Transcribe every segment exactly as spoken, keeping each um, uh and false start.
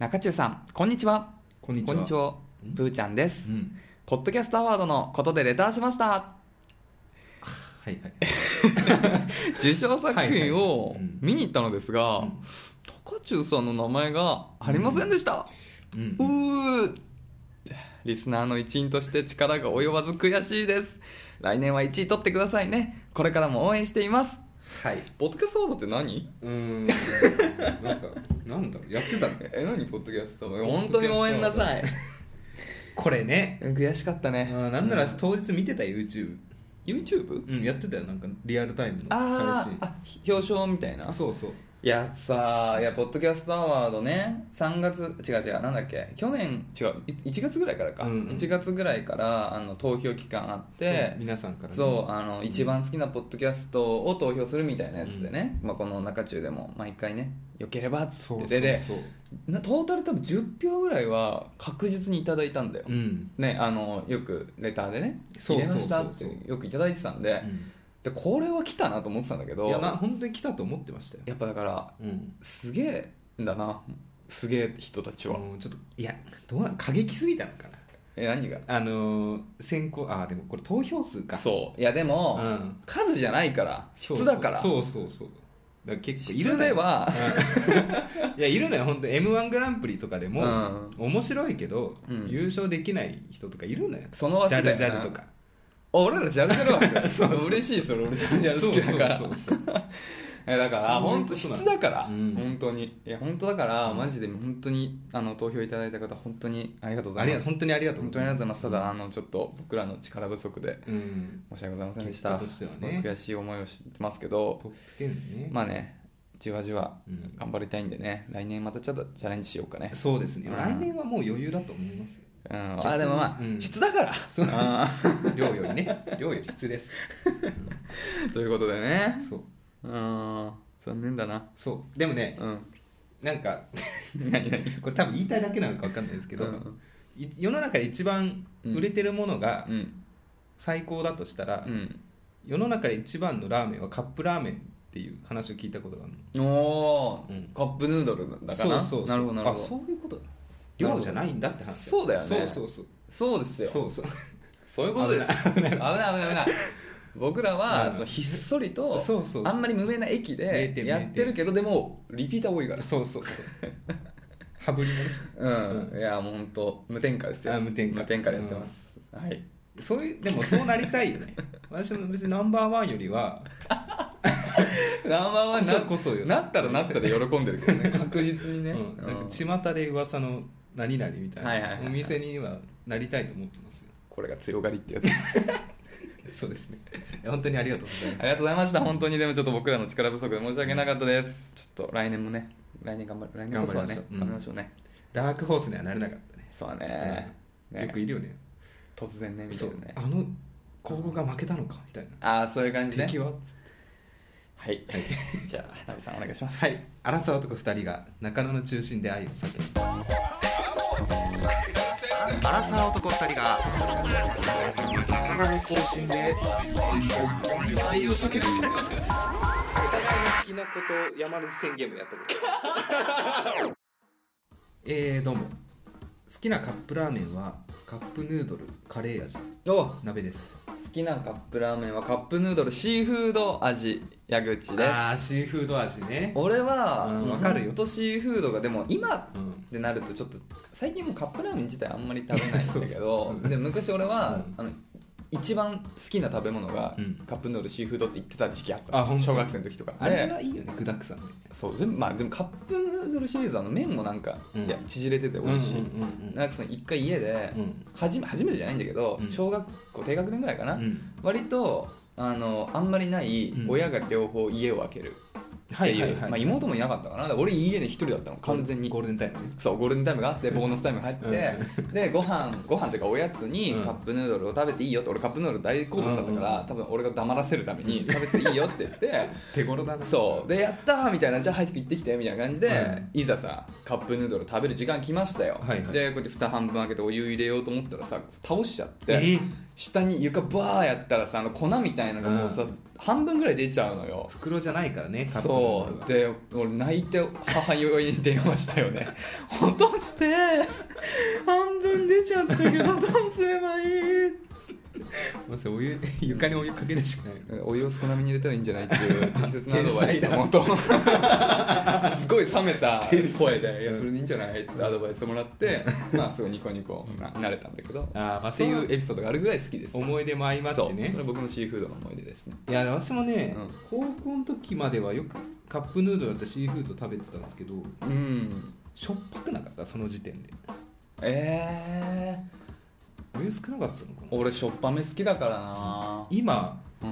中中さん、こんにちは。 こんにちは。 こんにちは。プーちゃんです、 うん、 ポッドキャストアワードのことでレターしました。 はいはい受賞作品を見に行ったのですが、 うん、 中中さんの名前がありませんでした、 うんうん、うーリスナーの一員として力が及ばず悔しいです。来年はいちい取ってくださいね。これからも応援しています。 はい。 ポッドキャストアワードって何？ うーんなんかなんだろう、やってたね。 え、何ポッドキャスト？本当にごめんなさい。 これね、 悔しかったね。 あ、なんなら当日見てた YouTube。 YouTube？ うん、やってたよ。なんかリアルタイムのあ配信。 あ、表彰みたいな。 そうそう。 いやさ、いやポッドキャストアワードね、さんがつ、違う違う、なんだっけ、去年違う、いちがつぐらいからか、 うんうん、 いちがつぐらいからあの投票期間あって、 皆さんから、ね、 そう、あの、うん、一番好きなポッドキャストを投票するみたいなやつでね、うん、まあ、この中中でも毎回ね、よければって言ってで、トータル多分じゅっぴょうぐらいは確実にいただいたんだよ、うん、ね、あのよくレターでね、入れましたってよくいただいてたんで、うん、でこれは来たなと思ってたんだけど、 いやな、本当に来たと思ってましたよ。 やっぱだから、うん、すげえんだな、すげえ人たちは、 うん、ちょっといや、どうなん、過激すぎたのかな。 え、何が？ あのー、選考、あ、でもこれ投票数か。 そう、いやでも、うん、数じゃないから質だから。 そうそうそうそう、だから結構いる質では、 うん、いやいるのよ本当。 エムワン グランプリとかでも、うん、面白いけど、うん、優勝できない人とかいるのよ。 そのわけだよな。 ジャルジャルとか。 俺らジャルジャルわけそうそうそう、 嬉しい。それ俺ジャルジャル好きだから。そうそうそうそうえだから本当質だから、うん、本当にいや本当だから、うん、マジで本当にあの投票いただいた方本当にありがとうございます。 本当にありがとうございます。 本当にありがとうございます。ただあのちょっと僕らの力不足で、うん、申し訳ございませんでした。 結果としてはね、 悔しい思いをしてますけど、 トップじゅうね、 まあね、じわじわ頑張りたいんでね、来年またちょっとチャレンジしようかね。 そうですね、うん、来年はもう余裕だと思いますよ。 うん、あでもまあ、うん、質だから量よりね、量より質です、 うん、ということでね、 そう、 うん残念だな。 そうでもね、うん、なんか何何これ多分言いたいだけなのか分かんないですけど、うん、世の中で一番売れてるものが最高だとしたら、うん、世の中で一番のラーメンはカップラーメンっていう話を聞いたことがあるの。 おー、うん、カップヌードルだから。 そうそうそう、 なるほどなるほど。 あ、そういうことだ、量じゃないんだって話。 そうだよね。 そうそうそう、 そうですよ。 そうそう、 そういうことです。危ない危ない危ない危ない。僕らはそのひっそりとあんまり無名な駅でやってるけど、でもリピーター多いから。 そうそうそう羽振りもね、 うん、いやもう本当無添加ですよ。 無添加、 無添加でやってます、うん、はい。 そういう、でもそうなりたいよね私も別にナンバーワンよりはナンバーワンなこそよ、 なったらなったで喜んでるけどね確実にね、うん、 なんか巷で噂の何々みたいな、はいはいはいはい、お店にはなりたいと思ってますよ。 これが強がりってやつそうですね。本当にありがとうございます。 ありがとうございました。本当にでもちょっと僕らの力不足で申し訳なかったです。ちょっと来年もね、来年頑張る。来年こそはね、頑張りましょうね。 ダークホースにはなれなかったね。 そうだね。 うん、ね、よくいるよね。 突然ね、みたいなね。 あの高校が負けたのかみたいな。 ああ、そういう感じね。 敵はつって。 はい。はい、じゃあ、ナビさんお願いします。 はい。荒沢男ふたりが中野の中心で愛を叫ぶ。荒沢男ふたりが中野の中心で愛を叫ぶ。お互いの好きなこと山根宣言もやったことえーどうも、好きなカップラーメンはカップヌードルカレー味鍋です。 好きなカップラーメンはカップヌードルシーフード味矢口です。 あー、シーフード味ね。 俺は、うん、 分かるよ。 ほんとシーフードがでも今ってなるとちょっと最近もうカップラーメン自体あんまり食べないんだけどそうそうで昔俺は、うん、あの一番好きな食べ物が、うん、カップヌードルシーフードって言ってた時期あった。 あ、 小学生の時とか。 あれはいいよね、具だくさんで。 そう全部、まあ、でもカップヌードルシリーズはの麺もなんか、うん、いや縮れてて美味しい、うんうんうんうん、なんかその一回家で、うん、初め初めてじゃないんだけど、うん、小学校低学年ぐらいかな、うん、割とあのあんまりない親が両方家を空けるっていう、はいはいはい、まあ、妹もいなかったかな。俺家で一人だったの完全に。 ゴールデンタイムね。 そうゴールデンタイムがあってボーナスタイムが入って、うん、でご飯ご飯というかおやつにカップヌードルを食べていいよって。俺カップヌードル大好物だったから、うん、多分俺が黙らせるために食べていいよって言って手頃だな。 そうでやったーみたいな、じゃあ入って行ってきてみたいな感じで、うん、いざさカップヌードル食べる時間来ましたよ、はいはい、でこうやって蓋半分開けてお湯入れようと思ったらさ倒しちゃって、えー、下に床バーやったらさあの粉みたいなのがもうさ、うん、半分ぐらい出ちゃうのよ。 袋じゃないからね、カップそうで俺泣いて母親に電話したよね落として半分出ちゃったけどどうすればいいまずお湯床にお湯かけるしかない、 お湯を少なめに入れたらいいんじゃないっていう適切なアドバイスのもとすごい冷めた声でいやそれでいいんじゃないってアドバイスもらってまあすごいニコニコな慣れたんだけど、 あ、まあ、 っていうエピソードがあるぐらい好きです、 思い出も相まってね。 そうそれ僕のシーフードの思い出ですね。 いや私もね、 うん、 高校の時まではよくカップヌードルだったシーフード食べてたんですけど、 うん、 しょっぱくなかったその時点で。 えー、お湯少なかったのかな。 俺しょっぱめ好きだからな今、 うん、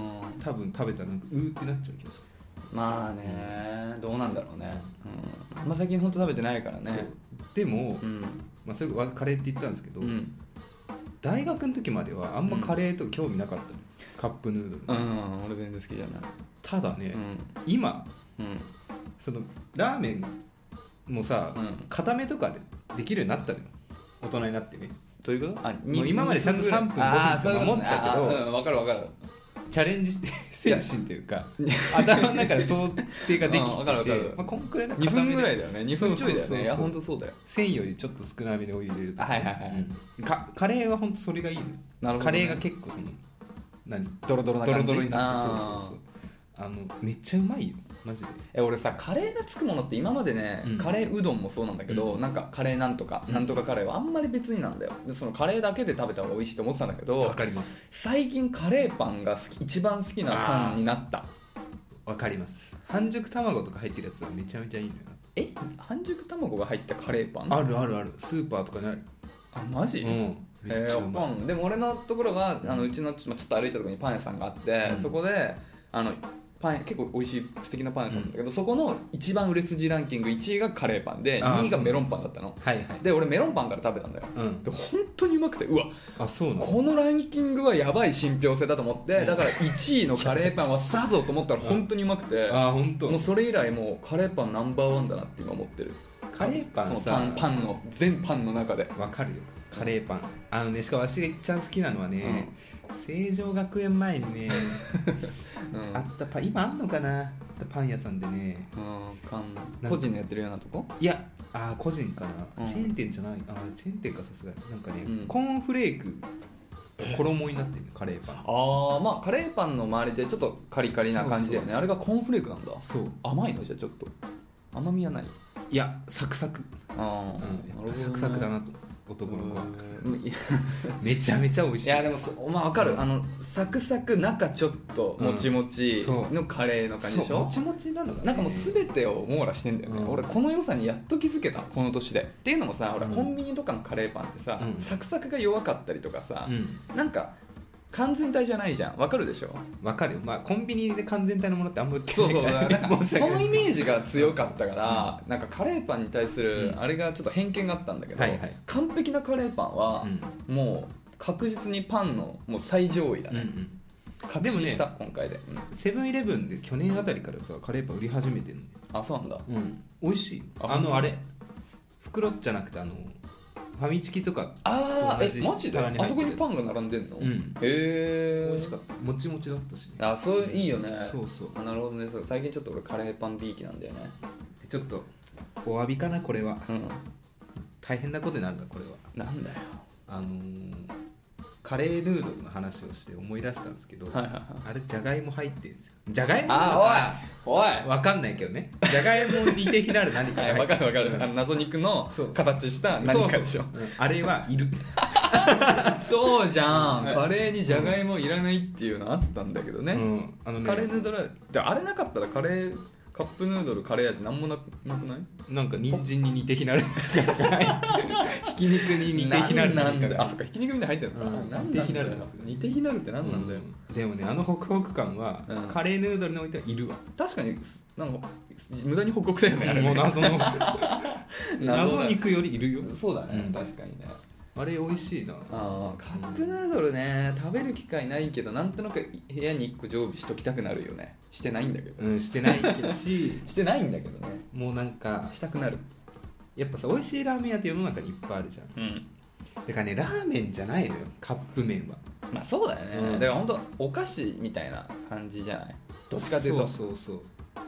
多分食べたらなんかうーってなっちゃう気がする。 まあね、どうなんだろうね、うん、まあ、最近本当食べてないからね。 でも、 うん、 まあ、それカレーって言ったんですけど、 うん、 大学の時まではあんまカレーとか興味なかったの、うん、カップヌードル、 うん、俺全然好きじゃない。 ただね、 うん、 今、 うん、 そのラーメンもさ、うん、固めとかでできるようになったのよ、大人になってね。 どういうこと？あ、 もう今までちゃんとさんぷんごふんとか持ってたけど、 うん、分かる分かる。 チャレンジ精神というか頭の中で想定ができてて、うん、分かる分かる、まあ、こんくらいのにふんぐらいだよね。にふんちょいだよね。いや本当そうだよ。 線よりちょっと少なめでお湯入れるとか、 はいはいはい、 うん、かカレーは本当それがいいの。なるほど、ね、カレーが結構その何ドロドロな感じ、 ドロドロになって、そうそうそう、あのめっちゃうまいよマジで。 え俺さカレーがつくものって今までね、うん、カレーうどんもそうなんだけど、うん、なんかカレーなんとか、うん、なんとかカレーはあんまり別になんだよ。でそのカレーだけで食べた方が美味しいと思ってたんだけど、 わかります。 最近カレーパンが好き、一番好きなパンになった。 わかります。半熟卵とか入ってるやつはめちゃめちゃいいのよ。 え半熟卵が入ったカレーパンあるあるある、スーパーとかにある。 あマジ、うん、めっちゃうまい。でも俺のところはあのうちのちょっと歩いたところにパン屋さんがあって、うん、そこであのパン結構美味しい素敵なパン屋さんなんだけど、うん、そこの一番売れ筋ランキングいちいがカレーパンでにいがメロンパンだったの、はいはい、で俺メロンパンから食べたんだよ、うん、で本当にうまくて、うわあそうなの、 このランキングはやばい信憑性だと思って、うん、だからいちいのカレーパンはさぞと思ったら本当にうまくて、 うん、あ本当もうそれ以来もうカレーパンナンバーワンだなって今思ってる。 カレーパンさ、 そのパン、パンの全パンの中でわかるよカレーパン。あのね、しかも私が一番好きなのはね、うん、成城学園前にね、うん、あったパン、今あんのかな、あったパン屋さんでね、 うん、かん個人のやってるようなとこ、 いやあ個人かな、うん、チェーン店じゃない、あチェーン店かさすがになんかね、うん、コーンフレーク衣になってるカレーパン。 ああまあカレーパンの周りでちょっとカリカリな感じだよね。そうそうそう、あれがコーンフレークなんだ。そう甘いのじゃちょっと甘みはない。 いやサクサク、 あ、 うん、サクサクだなと男の子はめちゃめちゃ美味しい。 いやでもまあ分かる、うん、あのサクサク中ちょっともちもちのカレーの感じでしょ、 うん、もちもちなのか、ね、 なんかもう全てを網羅してんだよね、うん、俺この良さにやっと気づけたこの年で。っていうのもさ、俺コンビニとかのカレーパンってさ、うん、サクサクが弱かったりとかさ、うん、なんか完全体じゃないじゃん。わかるでしょ。 わかるよ、まあ、コンビニで完全体のものってあんま売ってないから、そうそうそのイメージが強かったから、うん、なんかカレーパンに対するあれがちょっと偏見があったんだけど、はいはい、完璧なカレーパンはもう確実にパンのもう最上位だね、うんうん、確信した、ね、今回でセブンイレブンで去年あたりからさカレーパン売り始めてるの。 あそうなんだ、 うん、美味しい。あのあれ袋じゃなくてあのファミチキとか。 ああえマジであそこにパンが並んでんの、うん、へえ美味しかった。もちもちだったし、ね、 あそういいよね、 そうそう。 あなるほどね。そう最近ちょっと俺カレーパンビーキなんだよね。 ちょっとお詫びかなこれは、うん、大変なことになるんだこれは。 なんだよ。 あのー、カレーヌードルの話をして思い出したんですけど、はいはいはい、あれじゃがいも入ってるんですよ。じゃがいもなのかおいわかんないけどね。じゃがいもに手ひなる何かが入ってる。わかるわかる。あの謎肉の形した何かでしょ。 そうそう、うん、あれはいる。 そうじゃん。カレーにじゃがいもいらないっていうのあったんだけどね。うん、あのねカレーヌードルであれなかったらカレーカップヌードルカレー味なんもなくなくない？ なんか人参に似て非なるひき肉に似て非なるなんだよ。あそっかひき肉みたいに入ってるのか、うん、なんで非なる似て非なるって何なんだよ、 うん、でもねあのホクホク感は、うん、カレーヌードルにおいてはいるわ。 確かになんか無駄にホクホクだよねあれね。 もう謎の謎肉よりいるよ。 そうだね、うん、確かにね。 あれ美味しいな。 あカップヌードルね食べる機会ないけどなんとなく部屋にいっこ常備しときたくなるよね。してないんだけど、 うん、してないししてないんだけどね。 もうなんかしたくなる。 やっぱさ美味しいラーメン屋って世の中にいっぱいあるじゃん、うん、だからねラーメンじゃないのよカップ麺は。 まあそうだよね、うん、だから本当お菓子みたいな感じじゃない。どっちかというとそうそうそう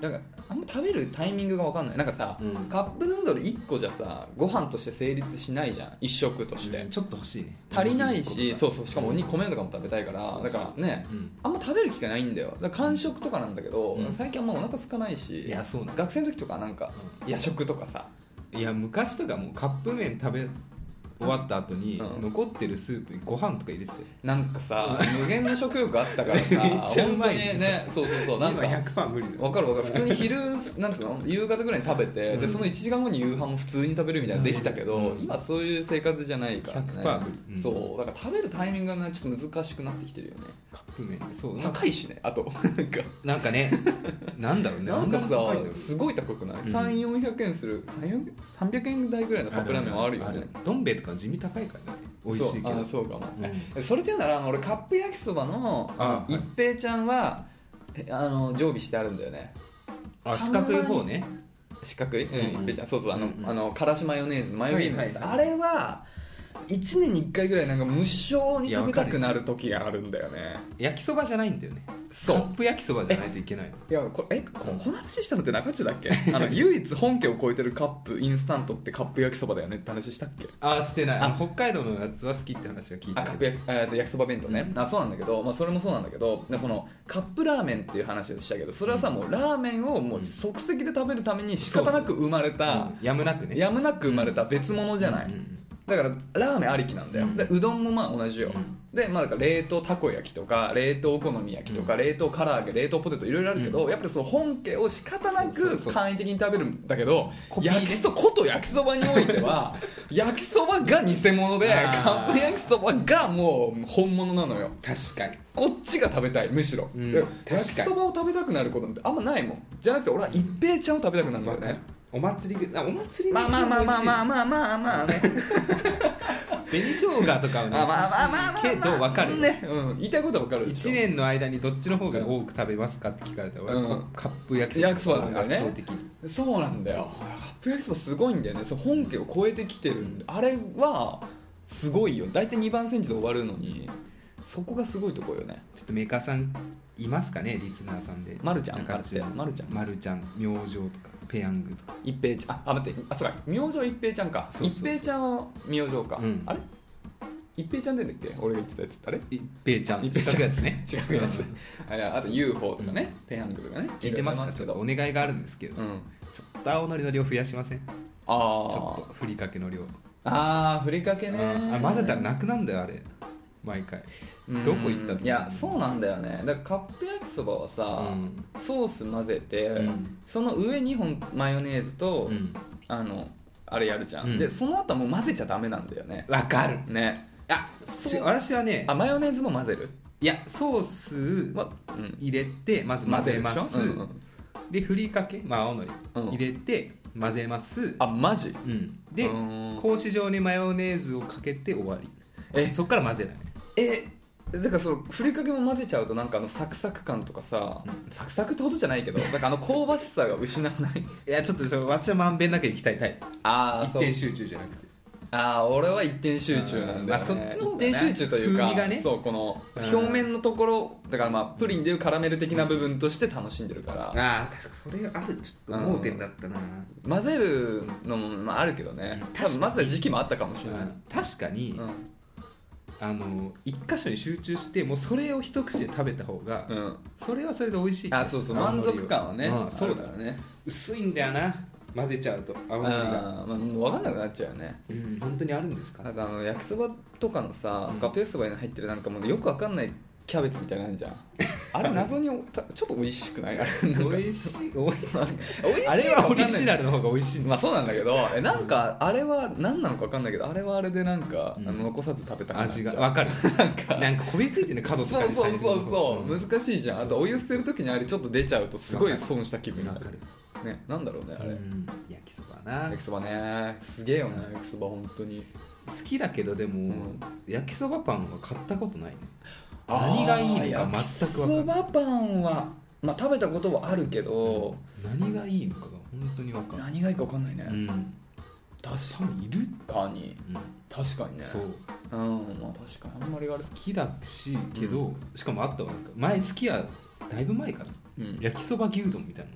なんかあんま食べるタイミングが分かんない。なんかさ、うん、カップヌードルいっこじゃさご飯として成立しないじゃん、一食として、 うん、ちょっと欲しいね、 足りないし、そうそう、しかもお肉米とかも食べたいから、だからね、うん、あんま食べる機会ないんだよ。だから間食とかなんだけど、うん、最近はもうお腹空かないし、 いやそうなん学生の時とかなんか夜食とかさ、 いや昔とかもうカップ麺食べ終わった後に残ってるスープにご飯とか入れてて、 なんかさ無限の食欲あったからさめっちゃうまいね、ね、そうそうそう、なんか今 ひゃくパーセント 無理だよ。 分かる分かる、普通に昼なんつうの夕方ぐらいに食べて、うん、でそのいちじかんごに夕飯も普通に食べるみたいなのできたけど、うん、今そういう生活じゃないからね、 ひゃくパーセント 無理、うん、 そうだから食べるタイミングが、ね、ちょっと難しくなってきてるよね。 カップ麺そう高いしね、あとなんかなんかねなんだろうね、 なんかさすごい高くない、うん、さんびゃく、よんひゃくえんするさんびゃくえん台ぐらいのカップラーメンはあるよね。 どん兵衛とか地味高いからね、美味しいけど。 そう、そうかも、うん、それで言うなら俺カップ焼きそばのあの一平ちゃんはあの常備してあるんだよね。 あ、四角い方ね、 四角い、うん、一平ちゃん、そうそう、あの、うん、あのからしマヨネーズマヨビームのやつ、はいはいはい、あれはいちねんにいっかいぐらいなんか無性に食べたくなる時があるんだよね。 焼きそばじゃないんだよね。そう、カップ焼きそばじゃないといけないの。 いやこれえここの話したのって中中だっけあの唯一本家を超えてるカップインスタントってカップ焼きそばだよねって話したっけ。 ああしてない。あ、北海道のやつは好きって話は聞いてあカップ焼き、焼きそば弁当ね、うん、あそうなんだけど、まあ、それもそうなんだけど、そのカップラーメンっていう話をしたけど、それはさ、もうラーメンをもう即席で食べるために仕方なく生まれた、そうそう、 うん、やむなくねやむなく生まれた別物じゃない、うんうんうん、だからラーメンありきなんだよ、うん、でうどんもまあ同じよ、うん、で、まあ、だから冷凍たこ焼きとか冷凍お好み焼きとか、うん、冷凍唐揚げ冷凍ポテトいろいろあるけど、うん、やっぱりその本家を仕方なく簡易的に食べるんだけど、焼きそこと焼きそばにおいては焼きそばが偽物でカップ焼きそばがもう本物なのよ。 確かにこっちが食べたい、むしろ、うん、焼きそばを食べたくなることってあんまないもん。じゃなくて俺は一平ちゃんを食べたくなるんだよね。 お祭り、あ、お祭りまあまあまあまあまあまあまあまあね紅生姜とかはね、 まあまあまあまあまあけど分かるね、うん、言いたいことは分かるでしょ。 いちねんの間にどっちの方が多く食べますかって聞かれたら、うん、カップ焼きそばなんだよね。圧倒的にそうなんだよ。カップ焼きそばすごいんだよね。そう本家を超えてきてるんで、あれはすごいよ。大体にばん煎じで終わるのにそこがすごいところよね。 ちょっとメーカーさんいますかね、リスナーさんで。 まるちゃんかってまるちゃんまるちゃん明星とかペヤングとか一平ちゃん、ああ待って、あそうか明星一平ちゃんか。そうそうそう、一平ちゃんは明星か、うん、あれ一平ちゃんでんだっけ、俺が言ってたやつ。あれ一平ちゃん四角いやつね四角いやつあ, あと ユーフォー とかね、うん、ペヤングとかね。 聞いてますか。ちょっとお願いがあるんですけど、うん、ちょっと青のりの量増やしません？ あちょっとふりかけの量。 ああふりかけね。 あ混ぜたらなくなんだよあれ毎回。どこ行ったの？ いやそうなんだよね。だからカップ焼きそばはさ、うん、ソース混ぜて、うん、その上にほんマヨネーズと、うん、あのあれやるじゃん、うん、でその後はもう混ぜちゃダメなんだよね。 わかるね。 あ私はね、 あマヨネーズも混ぜる？ いやソース入れてまず混ぜます、うんうん、でふりかけ、まあ、青のり入れて混ぜます、 あマジ、 うん、で格子状にマヨネーズをかけて終わり。えそっから混ぜない。 えだからそのふりかけも混ぜちゃうとなんかあのサクサク感とかさ、うん、サクサクってほどじゃないけどなんかあの香ばしさが失わないいやちょっとその私はまんべんなくいきたいタイプ。 あ一点集中じゃなくて。 ああ俺は一点集中なんだよね、まあ、そっちの一点集中というか、ね、そうこの表面のところだからまあプリンでいうカラメル的な部分として楽しんでるから、 うん、ああ確かそれあるちょっと盲点だったな、 うん、混ぜるのも、まあ、あるけどね、うん、多分混ぜる時期もあったかもしれない、うん、 確かに、うんあの一箇所に集中してもうそれを一口で食べた方が、うん、それはそれで美味しい。 あそうそう満足感はね、 うん、そうだよね。薄いんだよな混ぜちゃうと青のりが、 まあ、分かんなくなっちゃうよね、 うん、本当にあるんですか。 あとあの焼きそばとかのさ、うん、カップ焼きそばに入ってるなんかもうよく分かんないキャベツみたいなのあるじゃんあれ謎にちょっと美味しくない？あれ美味しいあれはオリジナルの方が美味しいんまあそうなんだけどえなんかあれは何なのか分かんないけどあれはあれでなんか、うん、あの残さず食べたくなっちゃう。 味が分かるなんかなんかこびりついてる角とかにそうそうそうそう、うん、難しいじゃん。あとお湯捨てる時にあれちょっと出ちゃうとすごい損した気分になるね。なんだろうねあれ、うん、 焼きそばな。 焼きそばねすげえよね、うん、焼きそば本当に好きだけどでも、うん、焼きそばパンは買ったことないね。何がいいのか全く分かんない。焼きそばパンは、まあ、食べたことはあるけど、 うん、何がいいのかが本当に分かんない。 何がいいか分かんないね、うん、 確かにいるかに、うん、確かにね。 そう、 うんまあ、確かにあんまりあれ好きだしけど、うん、しかもあったわなんか前好きやだいぶ前かな、うん、焼きそば牛丼みたいなの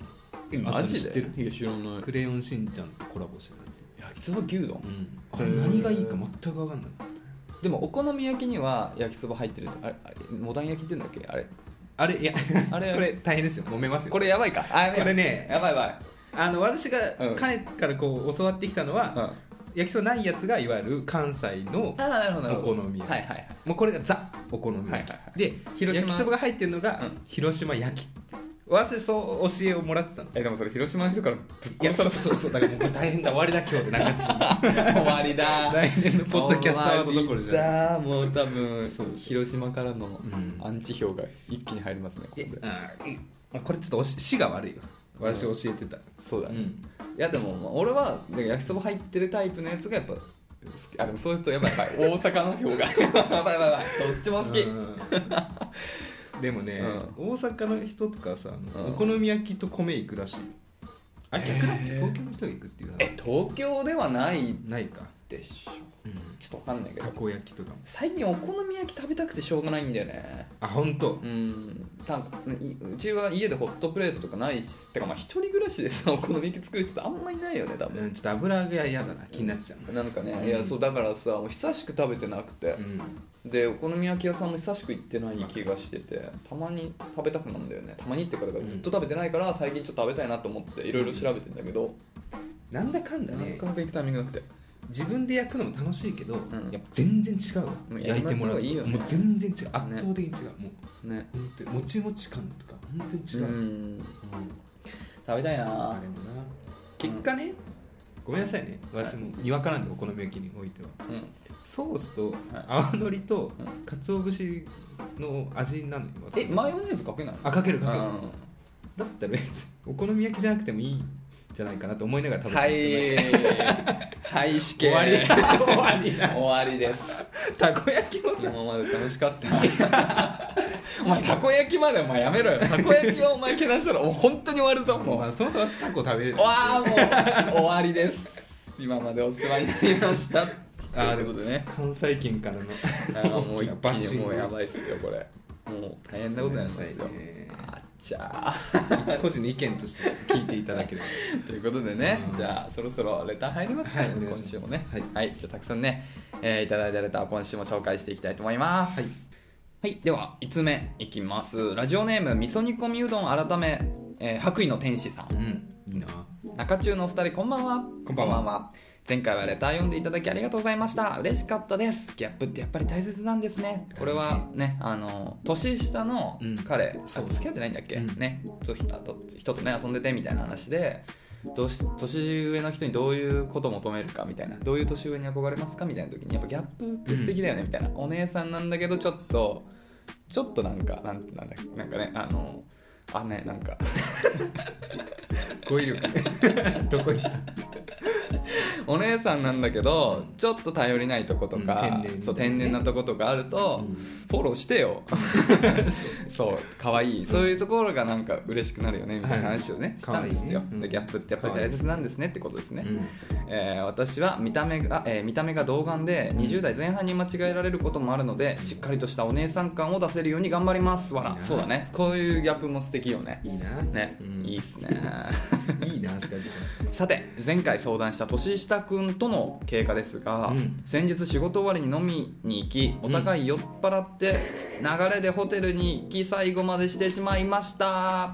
えマジで知ってる？ いや知らない。 クレヨンしんちゃんとコラボしてるやつ。 焼きそば牛丼、 うん、あれ何がいいか全く分かんない。 でもお好み焼きには焼きそば入ってる。あれあれモダン焼きって言うんだっけあれ。 あれいやあれこれ大変ですよ、揉めますよ。 これやばいか。あやばいこれねやばいやばい。 あの私がうんかねからこう教わってきたのは、 うん焼きそばないやつがいわゆる関西のあなるほどなるほどお好み焼き、 はいはいはい。 もうこれがザお好み焼き、 はいはいはいで広島焼きそばが入ってるのが、 うん広島焼き。私そう教えをもらってたの。 えでもそれ広島の人からぶっいや殺されそうそうそうだからもうこれ大変だ終わりだ今日で中地終わりだ来年のポッドキャストアワードどころじゃない。 終わりだもう多分そうそう広島からのんアンチ票が一気に入りますねここで。 あいあこれちょっとおし死が悪いわ。私教えてた。 そうだね、 うんいやでもまあ俺はなんか焼きそば入ってるタイプのやつがやっぱ好き。あでもそういう人やばいやばい大阪の票がやばいやばいやばいどっちも好き。 うんでもね、大阪の人とかさ、 うんお好み焼きと米行くらしい。あ逆だっけ、 へー東京の人が行くっていう話。 え東京ではないないか。 でしょ。 うん、 ちょっとわかんないけどたこ焼きとかも。 最近お好み焼き食べたくてしょうがないんだよね。 あ本当。 うんたうちは家でホットプレートとかないしてかまあ一人暮らしでさお好み焼き作る人ってあんまいないよね多分。 うん、ちょっと油揚げは嫌だな、気になっちゃう。 なんかね、 うんいやそうだからさもう久しく食べてなくて、 うん、 でお好み焼き屋さんも久しく行ってない気がしててたまに食べたくなるんだよね。たまにっていうかだからずっと食べてないから最近ちょっと食べたいなと思っていろいろ調べてんだけど、 なんだかんだねなかなか行くタイミングなくて。 自分で焼くのも楽しいけど、 んやっぱ全然違うわ。 もう焼いてもらうとやりた方がいいよねもう全然違う、圧倒的に違う、もうね本当にもちもち感とか本当に違う、 ううんん食べたいなあれもな結果ね、ごめんなさいね、私もにわかなんでお好み焼きにおいてはうんソースとはい泡のりとうん鰹節の味なのよ。 えマヨネーズかけないの？ あかけるかける、 うんだったら別にお好み焼きじゃなくてもいいんじゃないかなと思いながら食べてはますいはい死刑終わり終わりだ終わりです。 たこ焼きもさ今まで楽しかったお前たこ焼きまでお前やめろよ。たこ焼きをお前けなしたらもう本当に終わるぞもう。 まあ、そもそも私タコ食べれる。 わあもう終わりです。今までお世話になりましたとあいうことでね、 関西圏からのあーもう一バッシング気にもうやばいっすよこれ。もう大変なことになりますよ。 ごめんなさいねあっちゃ一個人の意見としてちょっと聞いていただければーということでねうんじゃあそろそろレター入りますか、 はいお願いします今週もねはいじゃあたくさんね、えーいただいたレターを今週も紹介していきたいと思いますはい、 はい、ではいつつめいきます。ラジオネーム味噌煮込みうどん改め、えー白衣の天使さん。 うんいいな。 中中のお二人こんばんは。 こんばんは前回はレター読んでいただきありがとうございました。嬉しかったです。ギャップってやっぱり大切なんですね。これはねあの年下の彼、 うんあ付き合ってないんだっけ、 うんねと人と人とね遊んでてみたいな話でどうし年上の人にどういうことを求めるかみたいな、どういう年上に憧れますかみたいな時にやっぱギャップって素敵だよねみたいな、お姉さんなんだけどちょっとちょっとなんかなんなんだっけなんかねあのあねなんか語彙力どこ行ったお姉さんなんだけどちょっと頼りないとことか、 うん天然みたいなねそう天然なとことかあると、 うんフォローしてよそう可愛いそういうところがなんか嬉しくなるよねみたいな話をね、 はいしたんですよ、 可愛いねうんでギャップってやっぱり大切なんですねってことですね、 うんえー私は見た目が、えー見た目が童顔でにじゅう代前半に間違えられることもあるのでしっかりとしたお姉さん感を出せるように頑張りますわらいいなそうだねこういうギャップも素敵よねいいなね、 うんいいっすねいいなしか言ってさて前回相談した年下くんとの経過ですが、 うん先日仕事終わりに飲みに行きお互い酔っ払って流れでホテルに行き最後までしてしまいました。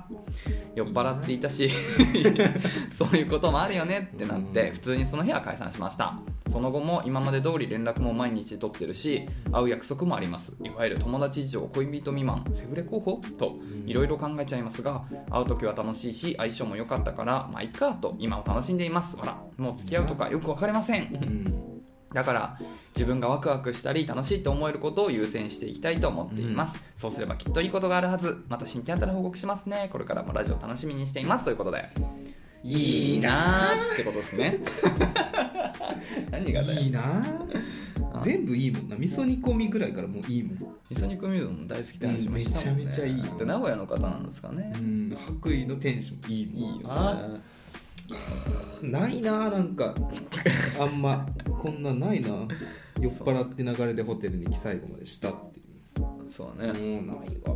酔っ払っていたしそういうこともあるよねってなって普通にその日は解散しました。その後も今まで通り連絡も毎日取ってるし会う約束もあります。いわゆる友達以上恋人未満セフレ候補といろいろ考えちゃいますが、会う時は楽しいし相性も良かったからまあいっかと今を楽しんでいます。わらもう付き合うとかよく分かりませんうんだから自分がワクワクしたり楽しいと思えることを優先していきたいと思っています、うん、そうすればきっといいことがあるはず。また進展あったら報告しますね。これからもラジオ楽しみにしていますということでいいなーってことですね何がだよいいな全部いいもんな。味噌煮込みぐらいからもういいもん。 味噌煮込みうどん大好きって話もしたもんね、 めちゃめちゃいいで名古屋の方なんですかね。 うん白衣の店主もいいもん。 いいよね。 ないななんかあんまこんなんないな。酔っ払って流れでホテルに行き最後までしたっていう。 そうだね。 もうないわ。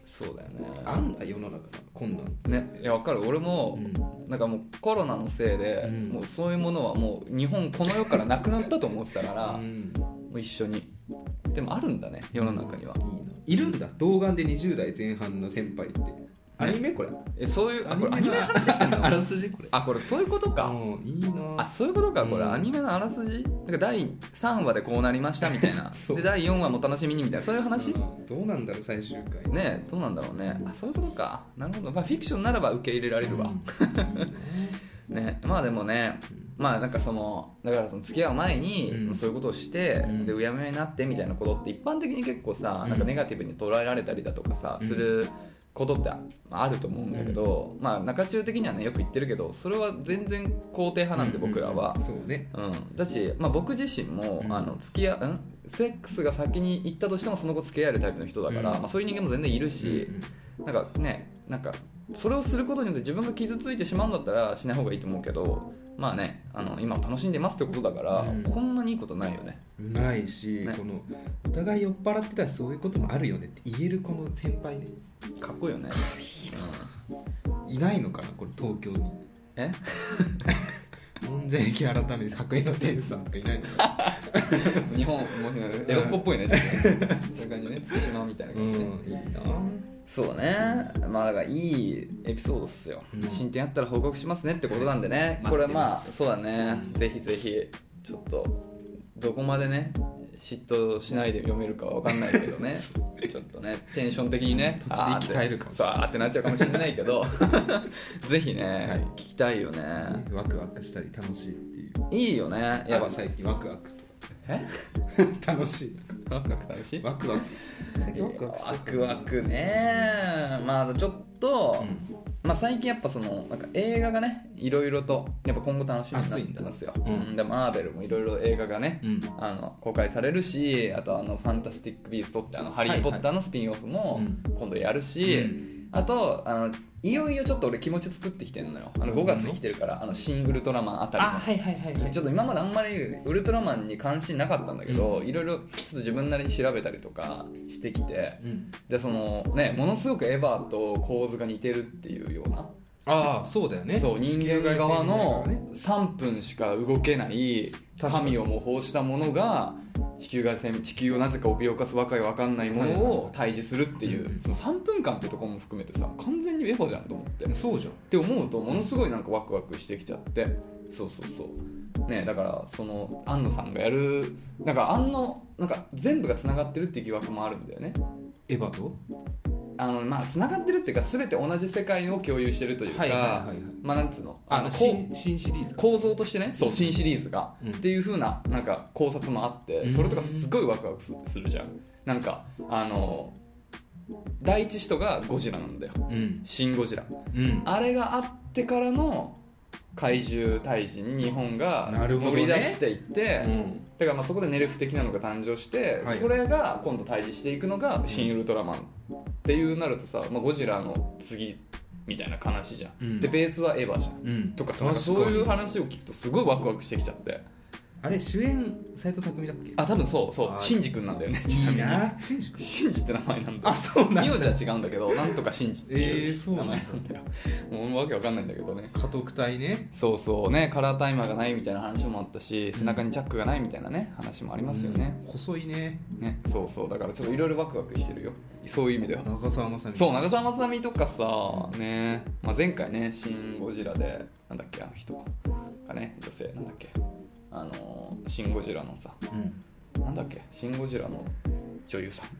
そうだよね。 あんだ世の中こんなのね。いや分かる。俺も、うん、なんかもうコロナのせいで、うん、もうそういうものはもう日本この世からなくなったと思ってたから、うん、もう一緒に。でもあるんだね世の中には。 いいな。いるんだ。童顔でにじゅう代前半の先輩って。アニメこれ。 え、そういう、あ、これアニメの話してんの？ あらすじこれ。 あ、これそういうことか。 いいな。 あ、そういうことか。これアニメのあらすじ？なんかだいさんわでこうなりましたみたいな。でだいよんわも楽しみにみたいな、そういう話？ どうなんだろう最終回。 ね、どうなんだろうね。あ、そういうことか。なるほど。まあフィクションならば受け入れられるわ。うん、ね、まあでもね。まあなんかそのだからその付き合う前に、うん、そういうことをして、うん、でうやむやになってみたいなことって一般的に結構さ、うん、なんかネガティブに捉えられたりだとかさ、うん、することってあると思うんだけど、うん、まあ中中的にはねよく言ってるけどそれは全然肯定派なんで僕らは、 うんうん、そうね、 うん、だし、まあ、僕自身も、うん、あの付き合う、ん、セックスが先に行ったとしてもその後付き合えるタイプの人だから、うん、まあ、そういう人間も全然いるし、うんうん、なんかねなんかそれをすることによって自分が傷ついてしまうんだったらしない方がいいと思うけど、まあね、あの今楽しんでますってことだから、うん、こんなにいいことないよね。 ないし、ね、このお互い酔っ払ってたらそういうこともあるよねって言えるこの先輩ね、 かっこいいよね。 いい, いないのかなこれ東京に。 えもんじゃ焼き改め白衣の店主さんとかいないのかな日本も江戸っ子っぽいねちょっとねそういう感じね、月島みたいな感じね、 うん、いいな。 そうね、まあだからいいエピソードっすよ、うん、進展あったら報告しますねってことなんでね、これはまあそうだね、うん、ぜひぜひちょっとどこまでね嫉妬しないで読めるかは分かんないけどねちょっとねテンション的にね途中で鍛えるかもしれない、 そうあーってなっちゃうかもしれないけどぜひね、はい、聞きたいよね。 ワクワクしたり楽しいっていう。 いいよね。 やっぱ最近ワクワクとえ楽しいワクワク楽しいワクワクワクワクワクワクね。まあちょっと、うんまあ、最近やっぱそのなんか映画がねいろいろとやっぱ今後楽しみになってますよ、うん、でマーベルもいろいろ映画がね、うん、あの公開されるし、あとあのファンタスティック・ビーストってあのハリー・ポッターのスピンオフも今度やるし、うん、あとあのいよいよちょっと俺気持ち作ってきてるのよ。あのごがつに来てるからあの新ウルトラマンあたりの、 あ、はいはいはいはい、 ちょっと今まであんまりウルトラマンに関心なかったんだけど、いろいろちょっと自分なりに調べたりとかしてきて、うん、でそのねものすごくエヴァと構図が似てるっていうような、 ああそうだよね、 そう人間側のさんぷんしか動けない神を模倣したものが地球外生地球をなぜか脅かすわけわかんないものを対峙するっていう、はいはい、そのさんぷんかんっていうところも含めてさ完全にエヴァじゃんと思って、 そうじゃんって思うとものすごいなんかワクワクしてきちゃって、そうそうそうね、だからその庵野さんがやるなんか庵野なんか全部がつながってるっていう疑惑もあるんだよね。 エヴァとあのまあつながってるっていうか全て同じ世界を共有してるというか、はいはいはいはい、まあなんつうのあの新, 新シリーズ構造としてね、そう新シリーズが、うん、っていう風ななんか考察もあって、それとかすごいワクワクするじゃん。なんかあの第一使徒がゴジラなんだよ、うん、シン・ゴジラ、うん、あれがあってからの怪獣退治に日本が乗り出していって、ねうん、だからまあそこでネルフ的なのが誕生して、はい、それが今度対峙していくのが新ウルトラマンっていうなるとさ、まあ、ゴジラの次みたいな話じゃん、うん、でベースはエヴァじゃん、うん、とかさ、そういう話を聞くとすごいワクワクしてきちゃって。 あれ主演斎藤工だっけ？ あ、多分そうそうシンジ君なんだよね。ちなみにいいなシンジ君シンジって名前なんだよ。 あ、そうなんだ。 名字は違うんだけどなんとかシンジっていう名前なんだよ。もうわけわかんないんだけどね。 家督隊ね。 そうそうね、カラータイマーがないみたいな話もあったし、背中にチャックがないみたいなね話もありますよね、 うん、細いね。 ね、そうそうだからちょっといろいろワクワクしてるよ、そういう意味では。 長澤まさみ。 そう長澤まさみとかさね、まあ、前回ねシン・ゴジラでなんだっけあの人がね女性なんだっけあのシン・ゴジラのさ、うん、なんだっけシン・ゴジラの女優さん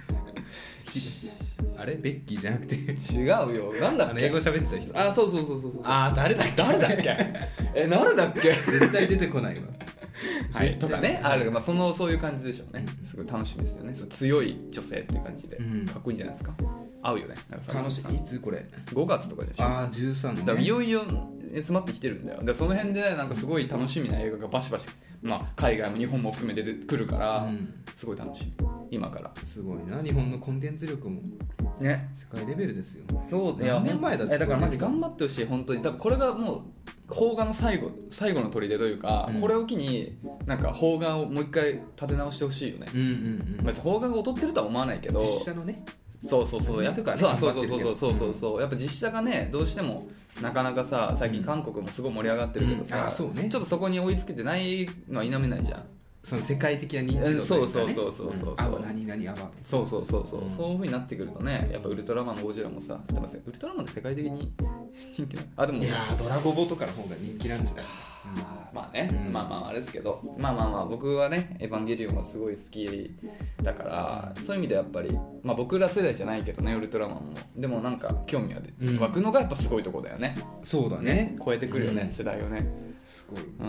あれベッキーじゃなくて違うよ、なんだっけ英語喋ってた人。 あ、そうそうそうそうそう。 あ、誰だっけ誰だっけえ、誰だっけ絶対出てこないわはいとかね、ある、まあ、そのそういう感じでしょうね。すごい楽しみですよね。強い女性って感じで、うん、かっこいいんじゃないですか。合うよね。なんか楽しい。いつこれごがつとかでしょ。 ああじゅうさんね。 だからいよいよ迫ってきてるんだよ。でその辺でなんかすごい楽しみな映画がバシバシ、まあ、海外も日本も含めて出てくるから、うん、すごい楽しい今から。 すごいな、日本のコンテンツ力もね世界レベルですよ。 そういや何年前だって。 だからマジ頑張ってほしい本当に。多分これがもう邦画の最後最後の砦というか、うん、これを機になんか邦画をもう一回立て直してほしいよね。うんうんうん、まあ、邦画が劣ってるとは思わないけど、 実写のねそうそうそうやっぱ、 ね、 そうそうそうそうそうそうそうやっぱ実写がねどうしてもなかなかさ最近韓国もすごい盛り上がってるけどさ、 うんあそうね、 ちょっとそこに追いつけてないのは否めないじゃん。 その世界的な認知度というか、ね、 そうそうそうそうそうあわ何々あわそうそうそうそう、 うん、 そういう風になってくるとねやっぱウルトラマンゴジラもさウルトラマンって世界的に人気なのあでもいやードラゴボとかの方が人気なんじゃない、 うん、まあね、うん、まあまああれですけどまあまあまあ僕はねエヴァンゲリオンがすごい好きだからそういう意味でやっぱりまあ僕ら世代じゃないけどねウルトラマンもでもなんか興味は出、うん、湧くのがやっぱすごいとこだよね。 そうだね超えてくるよね、うん、世代をねすごい、 うん、